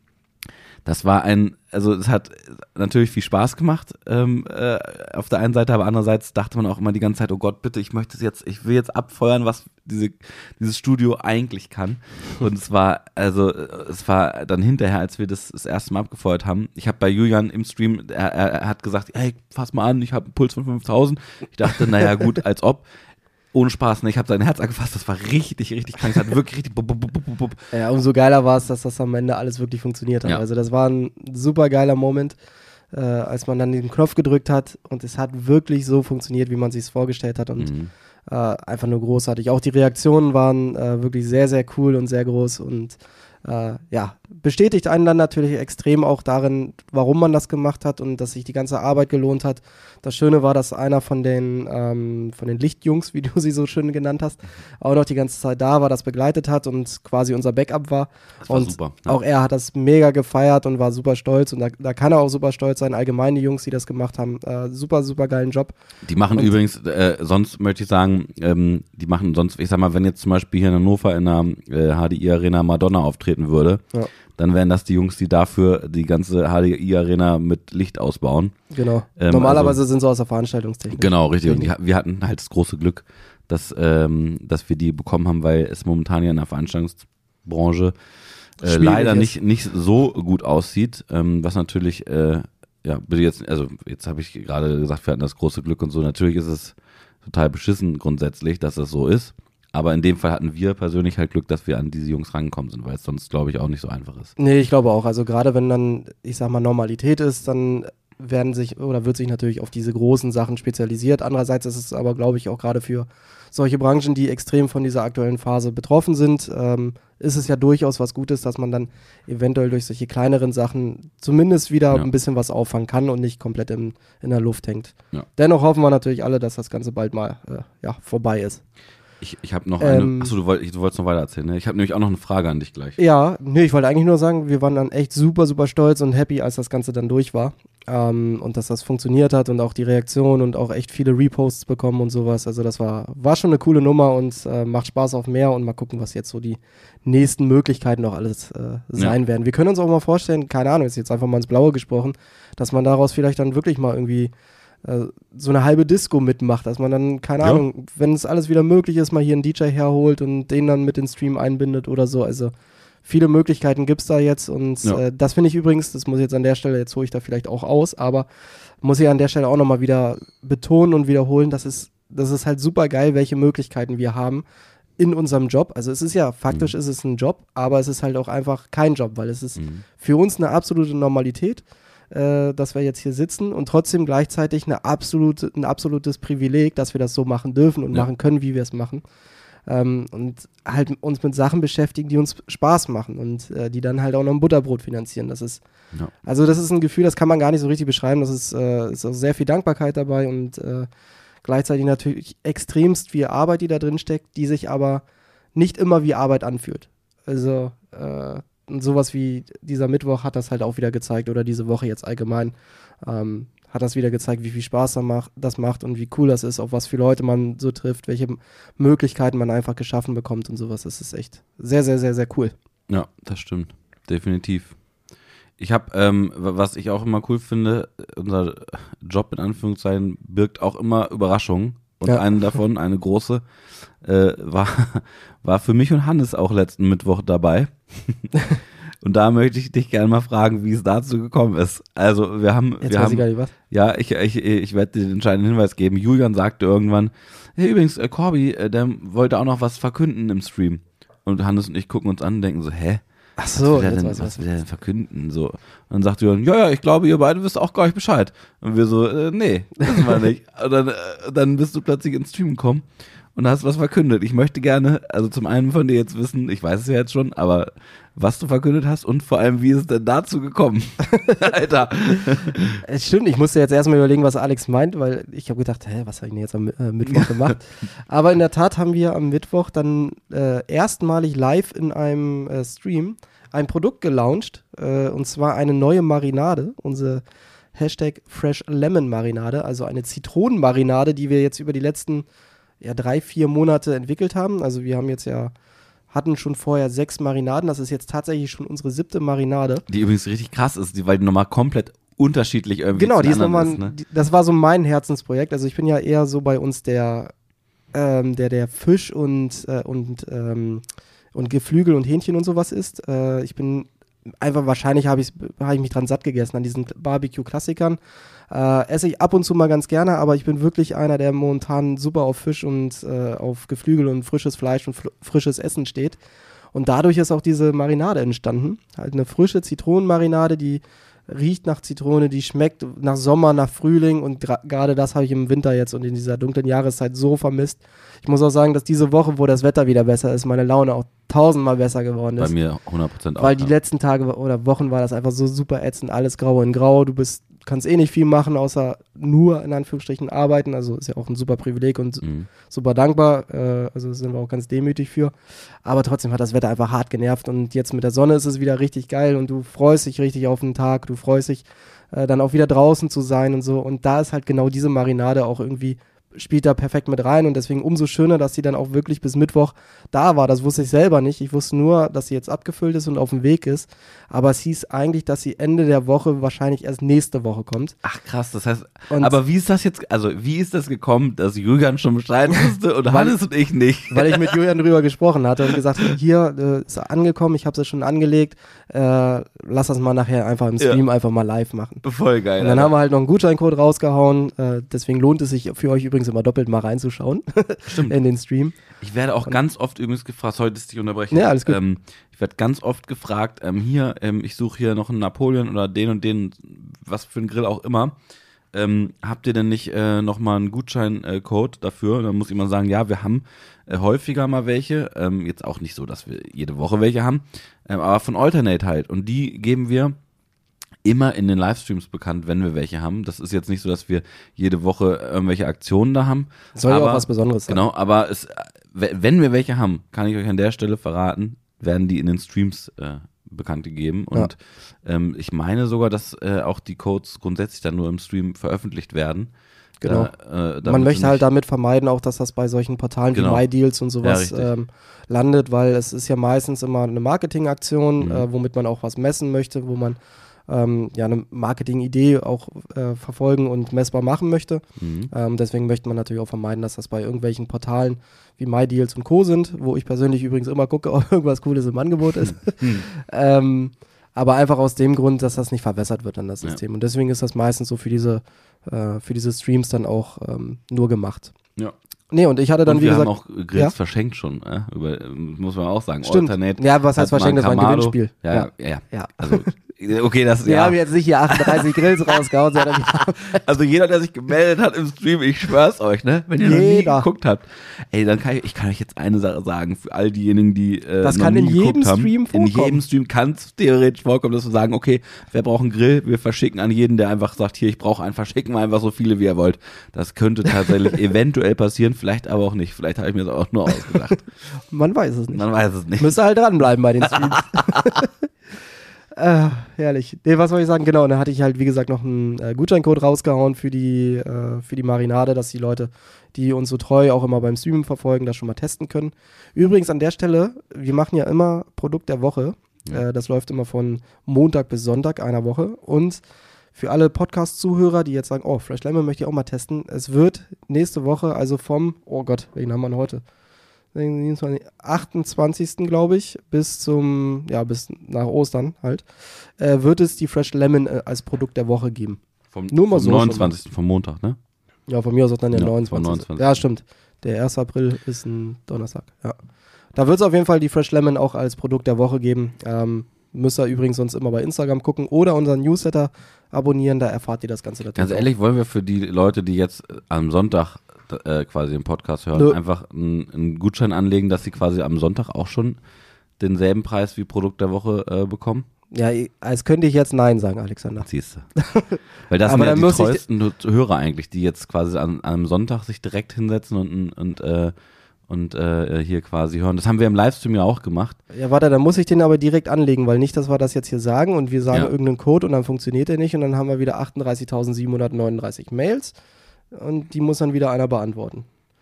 Das war ein, also es hat natürlich viel Spaß gemacht ähm, äh, auf der einen Seite, aber andererseits dachte man auch immer die ganze Zeit, oh Gott, bitte, ich möchte es jetzt, ich will jetzt abfeuern, was diese, dieses Studio eigentlich kann. Und es war, also es war dann hinterher, als wir das das erste Mal abgefeuert haben, ich habe bei Julian im Stream, er, er hat gesagt, hey, fass mal an, ich habe einen Puls von fünftausend. Ich dachte, naja gut, als ob. Ohne Spaß, ne? Ich habe sein Herz angefasst, das war richtig, richtig krank. Es hat wirklich richtig bub, bub, bub, bub, bub. Ja, umso geiler war es, dass das am Ende alles wirklich funktioniert hat. Ja. Also das war ein super geiler Moment, äh, als man dann den Knopf gedrückt hat und es hat wirklich so funktioniert, wie man sich es vorgestellt hat und Mhm. äh, einfach nur großartig. Auch die Reaktionen waren äh, wirklich sehr, sehr cool und sehr groß und äh, ja, bestätigt einen dann natürlich extrem auch darin, warum man das gemacht hat und dass sich die ganze Arbeit gelohnt hat. Das Schöne war, dass einer von den, ähm, von den Lichtjungs, wie du sie so schön genannt hast, auch noch die ganze Zeit da war, das begleitet hat und quasi unser Backup war. Das war und super. Ja. Auch er hat das mega gefeiert und war super stolz und da, da kann er auch super stolz sein. Allgemein die Jungs, die das gemacht haben, äh, super, super geilen Job. Die machen Und übrigens, äh, sonst möchte ich sagen, ähm, die machen sonst, ich sag mal, wenn jetzt zum Beispiel hier in Hannover in der äh, H D I-Arena Madonna auftreten würde, Ja. dann wären das die Jungs, die dafür die ganze H D I-Arena mit Licht ausbauen. Genau. Ähm, Normalerweise also, sind sie aus der Veranstaltungstechnik. Genau, richtig. Und die, wir hatten halt das große Glück, dass, ähm, dass wir die bekommen haben, weil es momentan ja in der Veranstaltungsbranche äh, Schwierig leider ist. nicht, nicht so gut aussieht, ähm, was natürlich, äh, ja, bitte jetzt, also jetzt habe ich gerade gesagt, wir hatten das große Glück und so. Natürlich ist es total beschissen grundsätzlich, dass das so ist. Aber in dem Fall hatten wir persönlich halt Glück, dass wir an diese Jungs rangekommen sind, weil es sonst, glaube ich, auch nicht so einfach ist. Nee, ich glaube auch. Also gerade wenn dann, ich sag mal, Normalität ist, dann werden sich oder wird sich natürlich auf diese großen Sachen spezialisiert. Andererseits ist es aber, glaube ich, auch gerade für solche Branchen, die extrem von dieser aktuellen Phase betroffen sind, ähm, ist es ja durchaus was Gutes, dass man dann eventuell durch solche kleineren Sachen zumindest wieder Ja. ein bisschen was auffangen kann und nicht komplett in, in der Luft hängt. Ja. Dennoch hoffen wir natürlich alle, dass das Ganze bald mal äh, ja, vorbei ist. Ich, ich habe noch Ähm, eine, achso, du, wollt, ich, du wolltest noch weiter erzählen, ne? Ich habe nämlich auch noch eine Frage an dich gleich. Ja, nee, ich wollte eigentlich nur sagen, wir waren dann echt super, super stolz und happy, als das Ganze dann durch war. Ähm, und dass das funktioniert hat und auch die Reaktion und auch echt viele Reposts bekommen und sowas. Also das war, war schon eine coole Nummer und äh, macht Spaß auf mehr und mal gucken, was jetzt so die nächsten Möglichkeiten noch alles äh, sein Ja. werden. Wir können uns auch mal vorstellen, keine Ahnung, ist jetzt einfach mal ins Blaue gesprochen, dass man daraus vielleicht dann wirklich mal irgendwie äh, so eine halbe Disco mitmacht, dass man dann, keine Ja. Ahnung, wenn es alles wieder möglich ist, mal hier einen D J herholt und den dann mit in den Stream einbindet oder so. Also viele Möglichkeiten gibt es da jetzt und Ja. äh, das finde ich übrigens, das muss ich jetzt an der Stelle, jetzt hole ich da vielleicht auch aus, aber muss ich an der Stelle auch nochmal wieder betonen und wiederholen, das ist, das ist halt super geil, welche Möglichkeiten wir haben in unserem Job. Also es ist ja, faktisch Mhm. ist es ein Job, aber es ist halt auch einfach kein Job, weil es ist Mhm. für uns eine absolute Normalität, äh, dass wir jetzt hier sitzen und trotzdem gleichzeitig eine absolute, ein absolutes Privileg, dass wir das so machen dürfen und Ja. machen können, wie wir es machen. ähm, und halt uns mit Sachen beschäftigen, die uns Spaß machen und äh, die dann halt auch noch ein Butterbrot finanzieren. Das ist, Ja. also das ist ein Gefühl, das kann man gar nicht so richtig beschreiben. Das ist, äh, ist auch sehr viel Dankbarkeit dabei und äh, gleichzeitig natürlich extremst viel Arbeit, die da drin steckt, die sich aber nicht immer wie Arbeit anfühlt. Also äh, und sowas wie dieser Mittwoch hat das halt auch wieder gezeigt oder diese Woche jetzt allgemein ähm, hat das wieder gezeigt, wie viel Spaß das macht, das macht und wie cool das ist, auf was für Leute man so trifft, welche Möglichkeiten man einfach geschaffen bekommt und sowas. Das ist echt sehr, sehr, sehr, sehr cool. Ja, das stimmt. Definitiv. Ich habe, ähm, was ich auch immer cool finde, unser Job in Anführungszeichen birgt auch immer Überraschungen. Und Ja. eine davon, eine große, äh, war, war für mich und Hannes auch letzten Mittwoch dabei. Und da möchte ich dich gerne mal fragen, wie es dazu gekommen ist. Also wir haben, Jetzt wir weiß haben, ich gar nicht was. ja, ich, ich, ich werde dir den entscheidenden Hinweis geben. Julian sagte irgendwann, hey, übrigens, äh, Corby, äh, der wollte auch noch was verkünden im Stream. Und Hannes und ich gucken uns an und denken so, hä? Ach so, was will er jetzt denn, weiß ich was was. will er denn verkünden? So. Und dann sagt Julian, ja, ja, ich glaube, ihr beide wisst auch gar nicht Bescheid. Und wir so, äh, nee, wissen wir nicht. Und dann, äh, dann bist du plötzlich ins Stream gekommen und hast was verkündet. Ich möchte gerne, also zum einen von dir jetzt wissen, ich weiß es ja jetzt schon, aber was du verkündet hast und vor allem, wie ist es denn dazu gekommen? Alter. Es stimmt, ich musste jetzt erstmal überlegen, was Alex meint, weil ich habe gedacht, hä, was habe ich denn jetzt am äh, Mittwoch gemacht? Aber in der Tat haben wir am Mittwoch dann äh, erstmalig live in einem äh, Stream ein Produkt gelauncht, äh, und zwar eine neue Marinade, unsere Hashtag Fresh Lemon Marinade, also eine Zitronenmarinade, die wir jetzt über die letzten ja, drei, vier Monate entwickelt haben. Also wir haben jetzt ja, hatten schon vorher sechs Marinaden, das ist jetzt tatsächlich schon unsere siebte Marinade. Die übrigens richtig krass ist, die, weil die nochmal komplett unterschiedlich irgendwie Genau, zu die ist den nochmal, anderen ist, ne? die, das war so mein Herzensprojekt. Also ich bin ja eher so bei uns der, ähm, der, der Fisch und, äh, und, ähm, und Geflügel und Hähnchen und sowas isst. Äh, ich bin einfach, wahrscheinlich habe ich, hab ich mich dran satt gegessen an diesen Barbecue-Klassikern. Äh, esse ich ab und zu mal ganz gerne, aber ich bin wirklich einer, der momentan super auf Fisch und äh, auf Geflügel und frisches Fleisch und fl- frisches Essen steht. Und dadurch ist auch diese Marinade entstanden. Halt eine frische Zitronenmarinade, die riecht nach Zitrone, die schmeckt nach Sommer, nach Frühling und gra- gerade das habe ich im Winter jetzt und in dieser dunklen Jahreszeit so vermisst. Ich muss auch sagen, dass diese Woche, wo das Wetter wieder besser ist, meine Laune auch tausendmal besser geworden ist. Bei mir hundert Prozent auch. Weil die ja. letzten Tage oder Wochen war das einfach so super ätzend, alles grau in grau. Du bist, kannst eh nicht viel machen, außer nur in Anführungsstrichen arbeiten. Also ist ja auch ein super Privileg und Mhm. super dankbar. Äh, also sind wir auch ganz demütig für. Aber trotzdem hat das Wetter einfach hart genervt und jetzt mit der Sonne ist es wieder richtig geil und du freust dich richtig auf den Tag. Du freust dich äh, dann auch wieder draußen zu sein und so. Und da ist halt genau diese Marinade auch irgendwie spielt da perfekt mit rein und deswegen umso schöner, dass sie dann auch wirklich bis Mittwoch da war. Das wusste ich selber nicht. Ich wusste nur, dass sie jetzt abgefüllt ist und auf dem Weg ist. Aber es hieß eigentlich, dass sie Ende der Woche wahrscheinlich erst nächste Woche kommt. Ach krass, das heißt, Und aber wie ist das jetzt, also wie ist das gekommen, dass Julian schon Bescheid wusste und Hannes und ich nicht? weil ich mit Julian drüber gesprochen hatte und gesagt, hier äh, ist er angekommen, ich habe sie schon angelegt, äh, lass das mal nachher einfach im Stream Ja. einfach mal live machen. Voll geil. Und dann haben wir halt noch einen Gutscheincode rausgehauen, äh, deswegen lohnt es sich für euch übrigens immer doppelt mal reinzuschauen Stimmt. in den Stream. Ich werde auch ganz oft übrigens gefragt, heute ist dich unterbrechen. Ja, alles gut. Ähm, ich werde ganz oft gefragt, ähm, hier, ähm, ich suche hier noch einen Napoleon oder den und den, was für einen Grill auch immer. Ähm, habt ihr denn nicht äh, nochmal einen Gutscheincode dafür? Und dann muss ich mal sagen, ja, wir haben äh, häufiger mal welche. Ähm, jetzt auch nicht so, dass wir jede Woche welche haben, ähm, aber von Alternate halt. Und die geben wir immer in den Livestreams bekannt, wenn wir welche haben. Das ist jetzt nicht so, dass wir jede Woche irgendwelche Aktionen da haben. Soll ja aber, auch was Besonderes sein. Genau, aber es, wenn wir welche haben, kann ich euch an der Stelle verraten, werden die in den Streams äh, bekannt gegeben. Und ähm, ich meine sogar, dass äh, auch die Codes grundsätzlich dann nur im Stream veröffentlicht werden. Genau. Da, äh, damit Man möchte sie halt nicht- damit vermeiden, auch dass das bei solchen Portalen Genau. wie MyDeals und sowas Ja, richtig. ähm, landet, weil es ist ja meistens immer eine Marketingaktion, Mhm. äh, womit man auch was messen möchte, wo man ähm, ja eine Marketingidee auch äh, verfolgen und messbar machen möchte. Mhm. Ähm, deswegen möchte man natürlich auch vermeiden, dass das bei irgendwelchen Portalen wie MyDeals und Co. sind, wo ich persönlich übrigens immer gucke, ob irgendwas Cooles im Angebot ist. Hm. ähm, aber einfach aus dem Grund, dass das nicht verwässert wird an das Ja. System. Und deswegen ist das meistens so für diese, äh, für diese Streams dann auch ähm, nur gemacht. Ja. Nee, und ich hatte dann, und wie wir gesagt. haben auch Grills ja? verschenkt schon, äh, über, muss man auch sagen. Stimmt. Alternate. Ja, was heißt hat verschenkt? Das war ein Kamado. Gewinnspiel. Ja, ja. ja. ja. Also, okay, das, Wir ja. haben jetzt nicht hier achtunddreißig Grills rausgehauen, sondern wir haben Also jeder, der sich gemeldet hat im Stream, ich schwör's euch, ne? Wenn ihr noch nie Jeder. geguckt habt. Ey, dann kann ich, ich kann euch jetzt eine Sache sagen, für all diejenigen, die äh, Das noch kann nie in jedem geguckt haben. Stream In vorkommen. jedem Stream kann es theoretisch vorkommen, dass wir sagen, okay, wer braucht einen Grill? Wir verschicken an jeden, der einfach sagt, hier, ich brauche einen, verschicken wir einfach so viele, wie ihr wollt. Das könnte tatsächlich eventuell passieren, vielleicht aber auch nicht. Vielleicht habe ich mir das auch nur ausgedacht. Man weiß es nicht. Man weiß es nicht. Müsste halt dranbleiben bei den Streams. äh, herrlich. Nee, was soll ich sagen? Genau, dann hatte ich halt, wie gesagt, noch einen äh, Gutscheincode rausgehauen für die, äh, für die Marinade, dass die Leute, die uns so treu auch immer beim Streamen verfolgen, das schon mal testen können. Übrigens an der Stelle, wir machen ja immer Produkt der Woche. Ja. Äh, das läuft immer von Montag bis Sonntag einer Woche. Und für alle Podcast-Zuhörer, die jetzt sagen, oh, Fresh Lemon möchte ich auch mal testen, es wird nächste Woche, also vom, oh Gott, welchen haben wir denn heute? achtundzwanzigsten glaube ich, bis zum, ja, bis nach Ostern halt, äh, wird es die Fresh Lemon äh, als Produkt der Woche geben. Vom, Nur mal vom so neunundzwanzigsten vom Montag, ne? Ja, von mir aus auch dann der Ja, vom neunundzwanzigsten neunundzwanzigsten Ja, stimmt. Der erste April ist ein Donnerstag, ja. Da wird es auf jeden Fall die Fresh Lemon auch als Produkt der Woche geben. Ähm, müsst ihr übrigens sonst immer bei Instagram gucken oder unseren Newsletter abonnieren, da erfahrt ihr das Ganze natürlich. Ganz ehrlich, wollen wir für die Leute, die jetzt äh, am Sonntag äh, quasi den Podcast hören, Nö. einfach einen, einen Gutschein anlegen, dass sie quasi am Sonntag auch schon denselben Preis wie Produkt der Woche äh, bekommen? Ja, als könnte ich jetzt Nein sagen, Alexander. Siehst du. Weil das Aber sind ja dann die muss ich- treuesten Hörer eigentlich, die jetzt quasi an, an einem Sonntag sich direkt hinsetzen und, und, äh, und äh, hier quasi hören. Das haben wir im Livestream ja auch gemacht. Ja, warte, dann muss ich den aber direkt anlegen, weil nicht, dass wir das jetzt hier sagen und wir sagen Ja. irgendeinen Code und dann funktioniert der nicht und dann haben wir wieder achtunddreißigtausendsiebenhundertneununddreißig Mails und die muss dann wieder einer beantworten.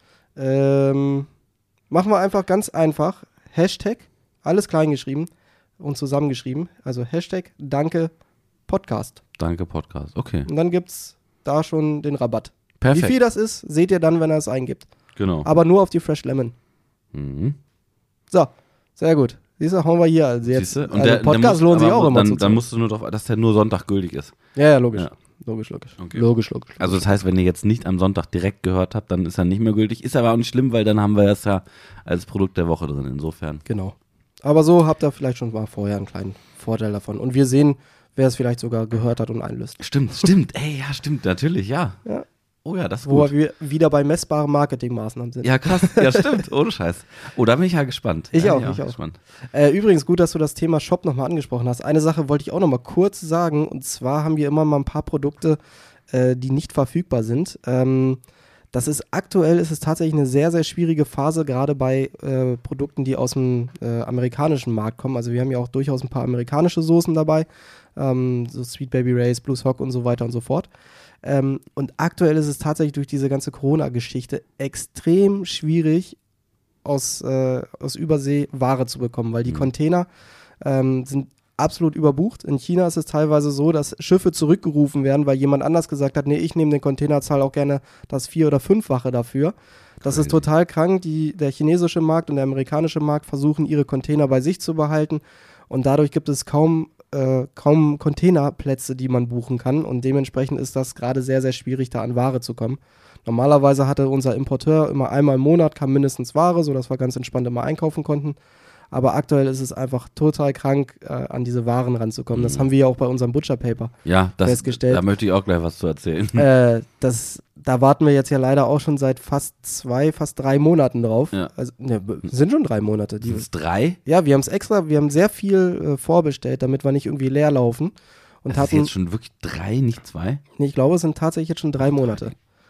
Ähm, machen wir einfach ganz einfach Hashtag, alles klein geschrieben und zusammengeschrieben, also Hashtag Danke Podcast. Danke, Podcast. Okay, Und dann gibt's da schon den Rabatt. perfekt. Wie viel das ist, seht ihr dann, wenn er es eingibt. Genau. Aber nur auf die Fresh Lemon. Mhm. So, sehr gut. Siehst du, hauen wir hier. Also jetzt, Siehste? Und also der, der Podcast muss, lohnt sich aber auch immer dann, zu dann musst du nur darauf, dass der nur Sonntag gültig ist. Ja, ja, logisch. Ja. Logisch, logisch. Okay. Logisch, logisch. Also das heißt, wenn ihr jetzt nicht am Sonntag direkt gehört habt, dann ist er nicht mehr gültig. Ist aber auch nicht schlimm, weil dann haben wir es ja als Produkt der Woche drin. Insofern. Genau. Aber so habt ihr vielleicht schon mal vorher einen kleinen Vorteil davon. Und wir sehen, wer es vielleicht sogar gehört hat und einlöst. Stimmt, stimmt. Ey, ja, stimmt, natürlich, ja. Ja. Oh ja, das ist Wo gut. wir wieder bei messbaren Marketingmaßnahmen sind. Ja, krass. Ja, stimmt. Ohne Scheiß. Oh, da bin ich ja gespannt. Ich da auch, bin ich auch. Gespannt. Äh, übrigens, gut, dass du das Thema Shop nochmal angesprochen hast. Eine Sache wollte ich auch nochmal kurz sagen. Und zwar haben wir immer mal ein paar Produkte, äh, die nicht verfügbar sind. Ähm, das ist aktuell, ist es tatsächlich eine sehr, sehr schwierige Phase, gerade bei äh, Produkten, die aus dem äh, amerikanischen Markt kommen. Also wir haben ja auch durchaus ein paar amerikanische Soßen dabei. Ähm, so Sweet Baby Ray's, Blues Hock und so weiter und so fort. Ähm, und aktuell ist es tatsächlich durch diese ganze Corona-Geschichte extrem schwierig, aus, äh, aus Übersee Ware zu bekommen, weil die Mhm. Container ähm, sind absolut überbucht. In China ist es teilweise so, dass Schiffe zurückgerufen werden, weil jemand anders gesagt hat, nee, ich nehme den Container, zahle auch gerne das vier- oder fünffache dafür. Das ist Crazy. total krank. Die, der chinesische Markt und der amerikanische Markt versuchen, ihre Container bei sich zu behalten und dadurch gibt es kaum Äh, kaum Containerplätze, die man buchen kann und dementsprechend ist das gerade sehr, sehr schwierig, da an Ware zu kommen. Normalerweise hatte unser Importeur immer einmal im Monat kam mindestens Ware, sodass wir ganz entspannt immer einkaufen konnten. Aber aktuell ist es einfach total krank, äh, an diese Waren ranzukommen. Mhm. Das haben wir ja auch bei unserem Butcher Paper Ja, das, festgestellt. da möchte ich auch gleich was zu erzählen. Äh, das, da warten wir jetzt ja leider auch schon seit fast zwei, fast drei Monaten drauf. Ja. Also, ne, sind schon drei Monate. Die, Sind es drei? ja, wir haben es extra, wir haben sehr viel äh, vorbestellt, damit wir nicht irgendwie leer laufen. Und Das ist hatten, jetzt schon wirklich drei, nicht zwei? nee, ich glaube, es sind tatsächlich jetzt schon drei Monate.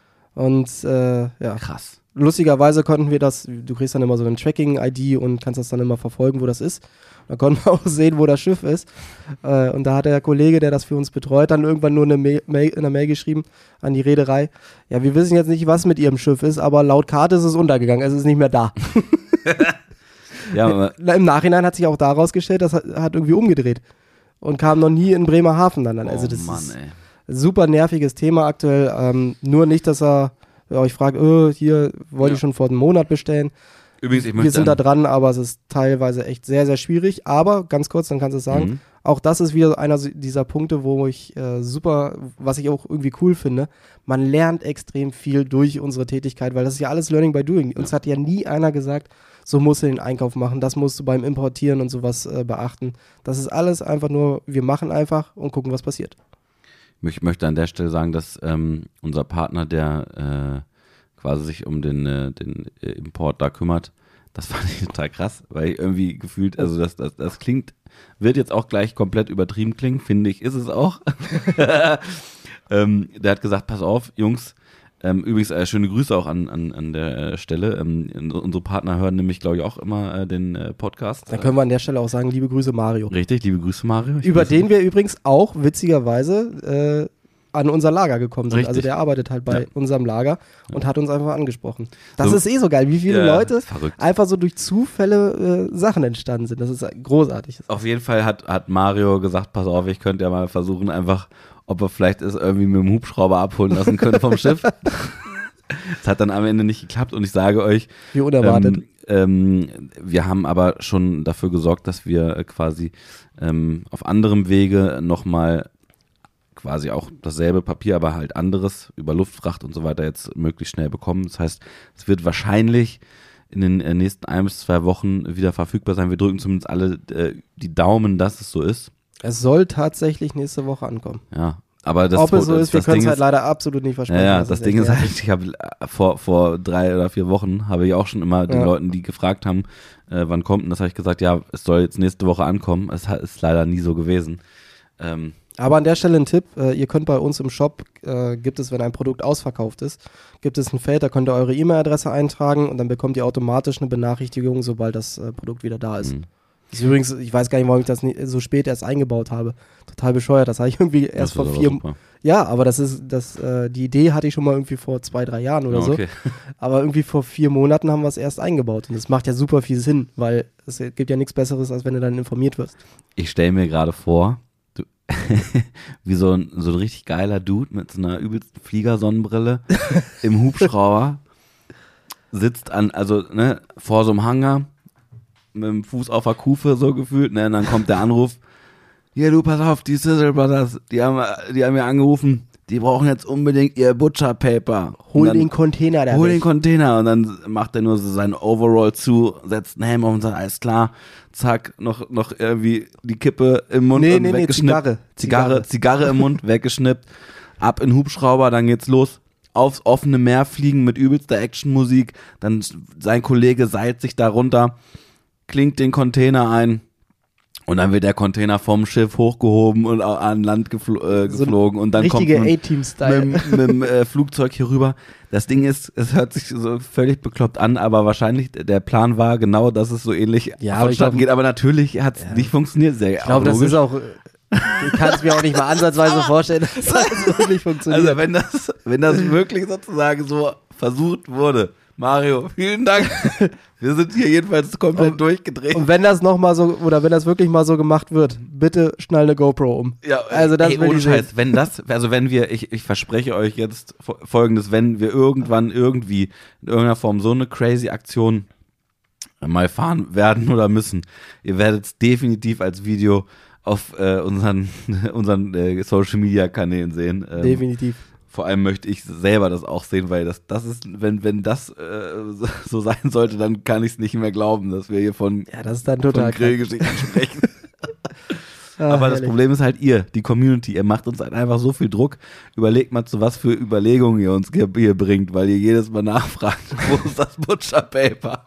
Und äh, ja, Krass. lustigerweise konnten wir das, du kriegst dann immer so ein Tracking-I D und kannst das dann immer verfolgen, wo das ist. Da konnten wir auch sehen, wo das Schiff ist. Äh, und da hat der Kollege, der das für uns betreut, dann irgendwann nur eine Mail, Mail, in einer Mail geschrieben an die Reederei. Ja, wir wissen jetzt nicht, was mit ihrem Schiff ist, aber laut Karte ist es untergegangen. Es ist nicht mehr da. Ja, aber Im Nachhinein hat sich auch daraus gestellt, das hat, hat irgendwie umgedreht. Und kam noch nie in Bremerhaven dann an. Also oh das Mann, ist ey. super nerviges Thema aktuell. Ähm, nur nicht, dass er ja, euch fragt, oh, hier wollte Ja. ich schon vor einem Monat bestellen. Übrigens, ich möchte wir sind da an- dran, aber es ist teilweise echt sehr, sehr schwierig. Aber ganz kurz, dann kannst du es sagen, Mhm. auch das ist wieder einer dieser Punkte, wo ich äh, super, was ich auch irgendwie cool finde, man lernt extrem viel durch unsere Tätigkeit, weil das ist ja alles Learning by Doing. Uns hat ja nie einer gesagt, so musst du den Einkauf machen, das musst du beim Importieren und sowas äh, beachten. Das ist alles einfach nur, wir machen einfach und gucken, was passiert. Ich möchte an der Stelle sagen, dass ähm, unser Partner, der äh, quasi sich um den, äh, den äh, Import da kümmert, das fand ich total krass, weil ich irgendwie gefühlt, also das, das, das klingt, wird jetzt auch gleich komplett übertrieben klingen, finde ich, ist es auch. ähm, der hat gesagt, pass auf, Jungs, ähm, übrigens äh, schöne Grüße auch an, an, an der äh, Stelle. Ähm, unsere Partner hören nämlich, glaube ich, auch immer äh, den äh, Podcast. Dann können wir an der Stelle auch sagen, liebe Grüße Mario. Richtig, liebe Grüße Mario. Ich Über grüße den dich. wir übrigens auch witzigerweise äh, an unser Lager gekommen sind. Richtig. Also der arbeitet halt bei Ja. unserem Lager und hat uns einfach angesprochen. Das So- ist eh so geil, wie viele Ja, Leute ist verrückt. einfach so durch Zufälle äh, Sachen entstanden sind. Das ist großartig. Auf jeden Fall hat, hat Mario gesagt, pass auf, ich könnte ja mal versuchen, einfach, ob wir vielleicht es irgendwie mit dem Hubschrauber abholen lassen können vom Schiff. Es hat dann am Ende nicht geklappt und ich sage euch, Wie unerwartet. Ähm, ähm, wir haben aber schon dafür gesorgt, dass wir äh, quasi ähm, auf anderem Wege nochmal quasi auch dasselbe Papier, aber halt anderes über Luftfracht und so weiter jetzt möglichst schnell bekommen. Das heißt, es wird wahrscheinlich in den äh, nächsten ein bis zwei Wochen wieder verfügbar sein. Wir drücken zumindest alle äh, die Daumen, dass es so ist. Es soll tatsächlich nächste Woche ankommen. Ja, aber das Ob es so das, ist, wir das können Ding es halt ist, leider absolut nicht versprechen. ja, ja, Das das ist Ding echt ist halt, nervig. ich habe äh, vor, vor drei oder vier Wochen habe ich auch schon immer den Ja. Leuten, die gefragt haben, äh, wann kommt, und das habe ich gesagt, ja, es soll jetzt nächste Woche ankommen. Es hat- ist leider nie so gewesen. Ähm, Aber an der Stelle ein Tipp, äh, ihr könnt bei uns im Shop, äh, gibt es, wenn ein Produkt ausverkauft ist, gibt es ein Feld, da könnt ihr eure E-Mail-Adresse eintragen und dann bekommt ihr automatisch eine Benachrichtigung, sobald das äh, Produkt wieder da ist. Mhm. Das ist übrigens, ich weiß gar nicht, warum ich das nie, so spät erst eingebaut habe. Total bescheuert, das habe ich irgendwie das erst vor ist aber vier super. Ja, aber das ist, das, äh, die Idee hatte ich schon mal irgendwie vor zwei, drei Jahren oder Ja, okay. so. Aber irgendwie vor vier Monaten haben wir es erst eingebaut. Und das macht ja super viel Sinn, weil es gibt ja nichts Besseres, als wenn du dann informiert wirst. Ich stelle mir gerade vor, du, wie so ein, so ein richtig geiler Dude mit so einer übelsten Fliegersonnenbrille im Hubschrauber sitzt an, also ne, vor so einem Hangar mit dem Fuß auf der Kufe so gefühlt, ne, und dann kommt der Anruf, hier du, pass auf, die Sizzle Brothers, die haben, die haben mir angerufen, die brauchen jetzt unbedingt ihr Butcher Paper. Hol Und dann, den Container da Hol weg. den Container, und dann macht er nur so seinen Overall zu, setzt einen Helm auf und sagt, alles klar, zack, noch, noch irgendwie die Kippe im Mund Nee, und nee, nee, weggeschnippt. Zigarre. Zigarre, Zigarre. Zigarre im Mund, weggeschnippt, ab in Hubschrauber, dann geht's los. Aufs offene Meer fliegen mit übelster Actionmusik, dann sein Kollege seilt sich da runter, klingt den Container ein und dann wird der Container vom Schiff hochgehoben und au- an Land geflo äh, So ein geflogen und dann kommt Richtige man A-Team-Style. mit, mit dem äh, Flugzeug hier rüber. Das Ding ist, es hört sich so völlig bekloppt an, aber wahrscheinlich der Plan war genau, dass es so ähnlich Ja, aber ich vonstatten glaub- geht, aber natürlich hat es Ja. nicht funktioniert. Sehr Ich glaube, das ist auch. äh, Ich kann es mir auch nicht mal ansatzweise vorstellen, dass das wirklich funktioniert. Also wenn das, wenn das wirklich sozusagen so versucht wurde, Mario, vielen Dank. Wir sind hier jedenfalls komplett Und- durchgedreht. Und wenn das noch mal so, oder wenn das wirklich mal so gemacht wird, bitte schnall eine GoPro um. Ja, Also das ey, will ohne ich sehen. Scheiß, wenn das, also wenn wir, ich, ich verspreche euch jetzt fo- Folgendes, wenn wir irgendwann irgendwie in irgendeiner Form so eine crazy Aktion mal fahren werden oder müssen, ihr werdet es definitiv als Video auf äh, unseren, unseren äh, Social Media Kanälen sehen. Ähm, Definitiv. Vor allem möchte ich selber das auch sehen, weil das, das ist, wenn, wenn das äh, so- so sein sollte, dann kann ich es nicht mehr glauben, dass wir hier von, Ja, das ist dann von total krass. Grillgeschichten sprechen. Ah, Aber das herrlich. Problem ist halt ihr, die Community. Ihr macht uns halt einfach so viel Druck. Überlegt mal, zu was für Überlegungen ihr uns hier, hier bringt, weil ihr jedes Mal nachfragt, wo ist das Butcher Paper?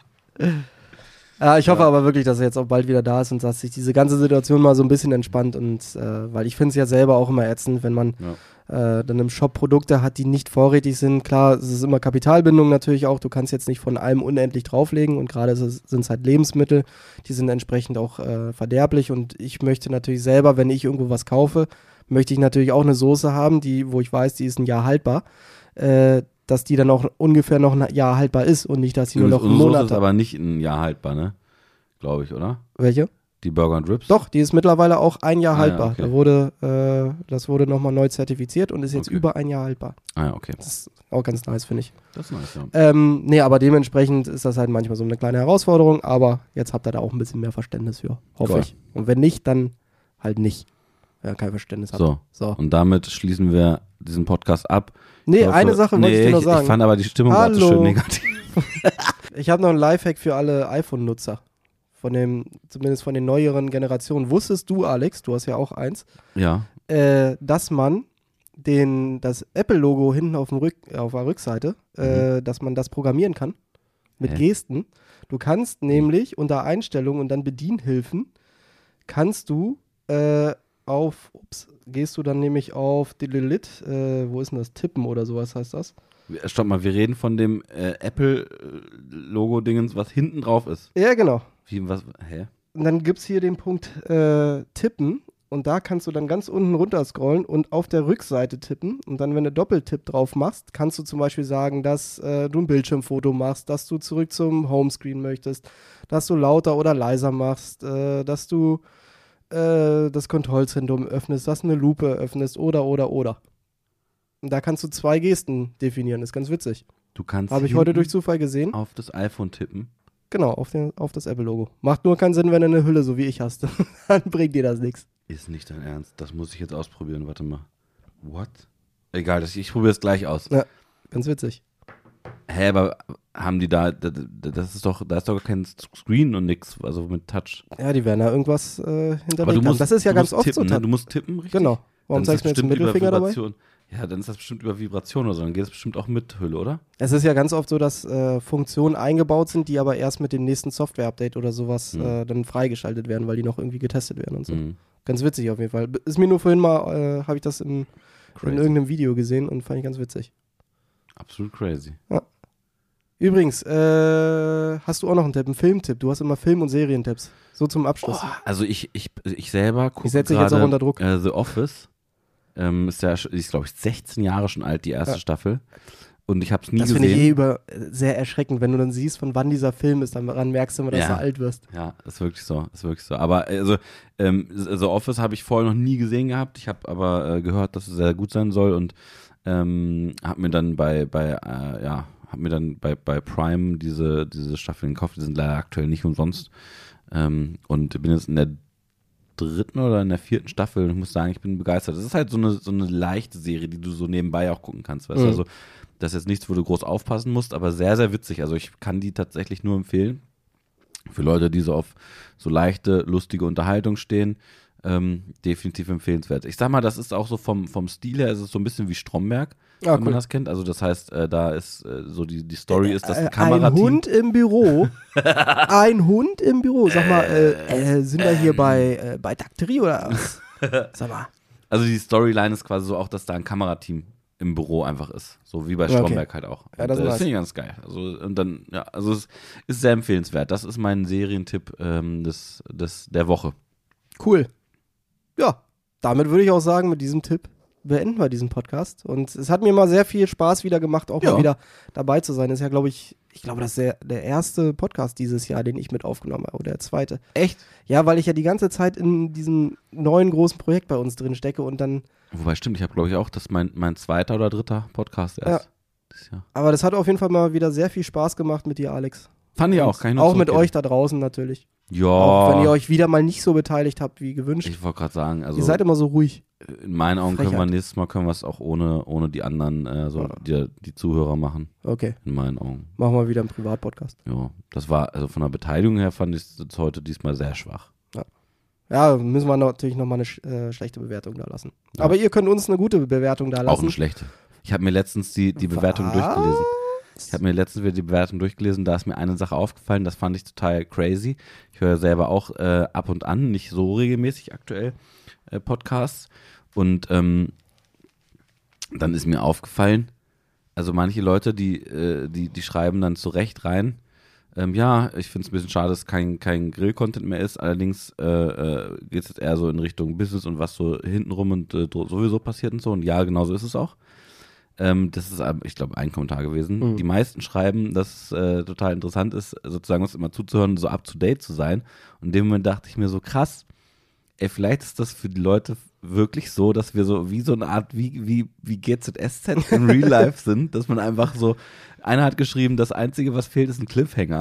Ja, ich hoffe aber wirklich, dass er jetzt auch bald wieder da ist und dass sich diese ganze Situation mal so ein bisschen entspannt. Und äh, weil ich finde es ja selber auch immer ätzend, wenn man äh, dann im Shop Produkte hat, die nicht vorrätig sind. Klar, es ist immer Kapitalbindung natürlich auch. Du kannst jetzt nicht von allem unendlich drauflegen und gerade sind es halt Lebensmittel, die sind entsprechend auch äh, verderblich. Und ich möchte natürlich selber, wenn ich irgendwo was kaufe, möchte ich natürlich auch eine Soße haben, die, wo ich weiß, die ist ein Jahr haltbar. Äh, dass die dann auch ungefähr noch ein Jahr haltbar ist und nicht, dass sie nur noch einen Unsere Soße Monat ist hat. aber nicht ein Jahr haltbar, ne? Glaube ich, oder? Welche? Die Burger and Ribs? Doch, die ist mittlerweile auch ein Jahr Ah, haltbar. ja, okay. Da wurde, äh, das wurde nochmal neu zertifiziert und ist jetzt Okay. über ein Jahr haltbar. Ah ja, okay. Das ist auch ganz nice, finde ich. Das ist nice, ja. Ähm, nee, aber dementsprechend ist das halt manchmal so eine kleine Herausforderung, aber jetzt habt ihr da auch ein bisschen mehr Verständnis für, hoffe Cool. ich. Und wenn nicht, dann halt nicht. Ja, kein Verständnis habt. So. so. Und damit schließen wir diesen Podcast ab. Nee, Ich hoffe- eine Sache wollte nee, ich dir noch Ich sagen. fand aber die Stimmung gerade so Hallo. schön negativ. Ich habe noch einen Lifehack für alle iPhone-Nutzer. Von dem, zumindest von den neueren Generationen. Wusstest du, Alex, du hast ja auch eins, Ja. äh, dass man den, das Apple-Logo hinten auf, dem Rück, auf der Rückseite, äh, dass man das programmieren kann mit Hä? Gesten. Du kannst nämlich unter Einstellungen und dann Bedienhilfen, kannst du äh, auf, ups, gehst du dann nämlich auf Delilit, äh, wo ist denn das, Tippen oder sowas heißt das? Stopp mal, wir reden von dem äh, Apple-Logo-Dingens, was hinten drauf ist. Ja, genau. Wie, was, hä? Und dann gibt es hier den Punkt äh, Tippen und da kannst du dann ganz unten runter scrollen und auf der Rückseite tippen und dann, wenn du Doppeltipp drauf machst, kannst du zum Beispiel sagen, dass äh, du ein Bildschirmfoto machst, dass du zurück zum Homescreen möchtest, dass du lauter oder leiser machst, äh, dass du äh, das Kontrollzentrum öffnest, dass du eine Lupe öffnest oder, oder, oder. Und da kannst du zwei Gesten definieren, ist ganz witzig. Du kannst Habe ich heute hinten durch Zufall gesehen. auf das iPhone tippen. Genau, auf, den, auf das Apple-Logo. Macht nur keinen Sinn, wenn du eine Hülle so wie ich hast. Dann bringt dir das nichts. Ist nicht dein Ernst. Das muss ich jetzt ausprobieren. Warte mal. What? Egal, das, ich probiere es gleich aus. Ja, ganz witzig. Hä, aber haben die da, da- da- das ist doch, da ist doch kein Screen und nix, also mit Touch. Ja, die werden da irgendwas äh, hinterlegt Aber du haben. musst, Das ist ja du ganz musst oft tippen, so. ne? Du musst tippen, richtig? Genau. Warum Dann ist zeigst du mir das jetzt den bestimmt über Mittelfinger dabei? Vibration. Ja, dann ist das bestimmt über Vibration oder so. Dann geht es bestimmt auch mit Hülle, oder? Es ist ja ganz oft so, dass äh, Funktionen eingebaut sind, die aber erst mit dem nächsten Software-Update oder sowas Mhm. äh, dann freigeschaltet werden, weil die noch irgendwie getestet werden und so. Mhm. Ganz witzig auf jeden Fall. Ist mir nur vorhin mal, äh, habe ich das in, in Crazy. irgendeinem Video gesehen und fand ich ganz witzig. Absolut crazy. Übrigens, äh, hast du auch noch einen Tipp, einen Filmtipp? Du hast immer Film- und Serientipps. So zum Abschluss. Oh, also ich, ich, ich selber gucke Ich setze dich jetzt auch gerade, unter Druck. Äh, The Office. Ähm, ist ja, ist glaube ich sechzehn Jahre schon alt, die erste Ja. Staffel. Und ich habe es nie Das finde ich eh gesehen. über äh, sehr erschreckend, wenn du dann siehst, von wann dieser Film ist, daran merkst du immer, dass Ja. du alt wirst. Ja, ist wirklich so, ist wirklich so. Aber also ähm, The Office habe ich vorher noch nie gesehen gehabt. Ich habe aber äh, gehört, dass es sehr gut sein soll und ähm, habe mir dann bei bei äh, ja habe mir dann bei bei Prime diese diese Staffeln gekauft. Die sind leider aktuell nicht umsonst ähm, und bin jetzt in der dritten oder in der vierten Staffel und ich muss sagen, ich bin begeistert. Das ist halt so eine so eine leichte Serie, die du so nebenbei auch gucken kannst. Weißt du? Mhm. Also das ist jetzt nichts, wo du groß aufpassen musst, aber sehr sehr witzig. Also ich kann die tatsächlich nur empfehlen. Für Leute, die so auf so leichte, lustige Unterhaltung stehen, ähm, definitiv empfehlenswert. Ich sag mal, das ist auch so vom, vom Stil her, ist es so ein bisschen wie Stromberg, Ah, wenn man cool. das kennt. Also das heißt, äh, da ist äh, so die, die Story ist, dass Äh, ein ein Kamerateam... Hund im Büro. Ein Hund im Büro. Sag mal, äh, äh, sind wir hier bei, äh, bei Dakteri oder was? Sag mal. Also die Storyline ist quasi so auch, dass da ein Kamerateam im Büro einfach ist. So wie bei Okay. Stromberg halt auch. Ja, Und, das ist äh, nice. finde ich ganz geil. Also und dann, ja, also es ist sehr empfehlenswert. Das ist mein Serientipp ähm, des, des, der Woche. Cool. Ja, damit würde ich auch sagen, mit diesem Tipp beenden wir diesen Podcast. Und es hat mir mal sehr viel Spaß wieder gemacht, auch Ja. mal wieder dabei zu sein. Das ist ja, glaube ich, ich glaube, das ist der, der erste Podcast dieses Jahr, den ich mit aufgenommen habe. Oder der zweite. Echt? Ja, weil ich ja die ganze Zeit in diesem neuen großen Projekt bei uns drin stecke und dann, Wobei stimmt, ich habe glaube ich auch, das ist mein, mein zweiter oder dritter Podcast erst. Das Jahr. aber das hat auf jeden Fall mal wieder sehr viel Spaß gemacht mit dir, Alex. Fand ich auch, kann ich nur Auch mit zurückgeben. euch da draußen natürlich. Ja. Auch wenn ihr euch wieder mal nicht so beteiligt habt wie gewünscht. Ich wollte gerade sagen, also ihr seid immer so ruhig. in meinen Augen können wir Frechheit. nächstes Mal können wir es auch ohne, ohne die anderen, äh, so Ja. die, die Zuhörer machen. Okay, In meinen Augen. machen wir wieder einen Privatpodcast. Ja. Das war, also von der Beteiligung her fand ich es jetzt heute diesmal sehr schwach. Ja, müssen wir natürlich nochmal eine sch äh, schlechte Bewertung da lassen. Ja. Aber ihr könnt uns eine gute Bewertung da Auch lassen. eine schlechte. Ich habe mir letztens die, die Bewertung Was? durchgelesen. Ich habe mir letztens wieder die Bewertung durchgelesen, da ist mir eine Sache aufgefallen, das fand ich total crazy. Ich höre selber auch äh, ab und an, nicht so regelmäßig aktuell, äh, Podcasts. Und ähm, dann ist mir aufgefallen, also manche Leute, die, äh, die, die schreiben dann zu Recht rein, ähm, ja, ich finde es ein bisschen schade, dass kein, kein Grill-Content mehr ist, allerdings äh, äh, geht es jetzt eher so in Richtung Business und was so hintenrum und äh, dro- sowieso passiert und so. Und ja, genau so ist es auch. Ähm, das ist, ich glaube, ein Kommentar gewesen. Mhm. Die meisten schreiben, dass es äh, total interessant ist, sozusagen uns immer zuzuhören, so up-to-date zu sein. Und in dem Moment dachte ich mir so, krass, ey, vielleicht ist das für die Leute wirklich so, dass wir so wie so eine Art, wie, wie, wie G Z S Z in Real Life sind, dass man einfach so, einer hat geschrieben, das Einzige, was fehlt, ist ein Cliffhanger.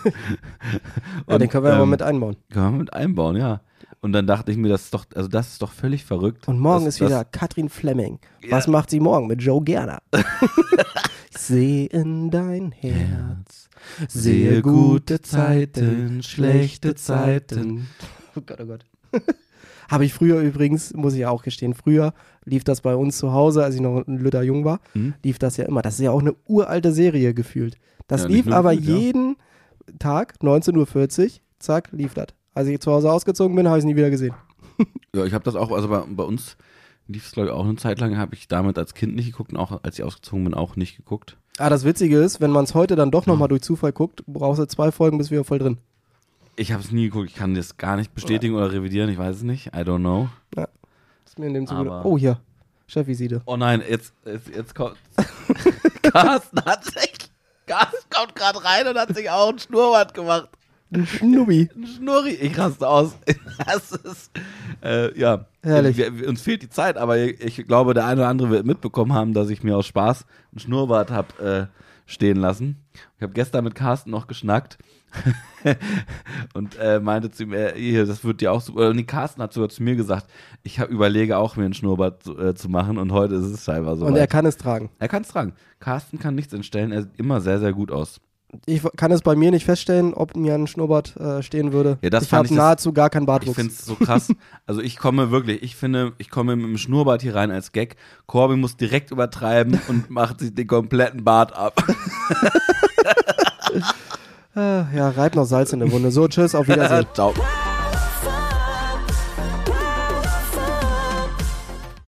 Ja, den können wir ähm, aber mit einbauen. Können wir mit einbauen, ja. Und dann dachte ich mir, das ist doch, also das ist doch völlig verrückt. Und morgen das, ist wieder das, Katrin Fleming. Ja. Was macht sie morgen mit Joe Gerner? Ich sehe in dein Herz, sehe gute Zeiten, schlechte Zeiten. Oh Gott, oh Gott. Habe ich früher übrigens, muss ich ja auch gestehen, früher lief das bei uns zu Hause, als ich noch ein Lütter jung war, hm? lief das ja immer. Das ist ja auch eine uralte Serie gefühlt. Das ja, lief aber gefühlt, jeden ja. Tag, neunzehn Uhr vierzig, zack, lief das. Als ich zu Hause ausgezogen bin, habe ich es nie wieder gesehen. Ja, ich habe das auch, also bei, bei uns lief es, glaube ich, auch eine Zeit lang, habe ich damit als Kind nicht geguckt und auch als ich ausgezogen bin, auch nicht geguckt. Ah, das Witzige ist, wenn man es heute dann doch nochmal durch Zufall guckt, brauchst du zwei Folgen, bis wir voll drin. Ich habe es nie geguckt, ich kann das gar nicht bestätigen ja. oder revidieren, ich weiß es nicht, I don't know. Ja, ist mir in dem Zuge. Aber Oh, hier, Chefvisite. Oh nein, jetzt, jetzt, jetzt kommt, Carsten hat sich, Carsten kommt gerade rein und hat sich auch ein Schnurrbart gemacht. Ein Schnubbi. Ein Schnurri. Ich raste aus. Das ist, äh, ja. Herrlich. Wir, wir, uns fehlt die Zeit, aber ich, ich glaube, der eine oder andere wird mitbekommen haben, dass ich mir aus Spaß ein Schnurrbart habe äh, stehen lassen. Ich habe gestern mit Carsten noch geschnackt und äh, meinte zu ihm, äh, hier, das wird dir auch so, oder nee, Carsten hat sogar zu mir gesagt, ich hab, überlege auch, mir einen Schnurrbart zu, äh, zu machen und heute ist es scheinbar so. Und er kann es tragen. Er kann es tragen. Carsten kann nichts entstellen, er sieht immer sehr, sehr gut aus. Ich kann es bei mir nicht feststellen, ob mir ein Schnurrbart äh, stehen würde. Ja, das ich habe nahezu das, gar keinen Bartwuchs. Ich finde es so krass. Also ich komme wirklich, ich finde, ich komme mit dem Schnurrbart hier rein als Gag. Corby muss direkt übertreiben und macht sich den kompletten Bart ab. Ja, reibt noch Salz in der Wunde. So, tschüss, auf Wiedersehen. Ciao.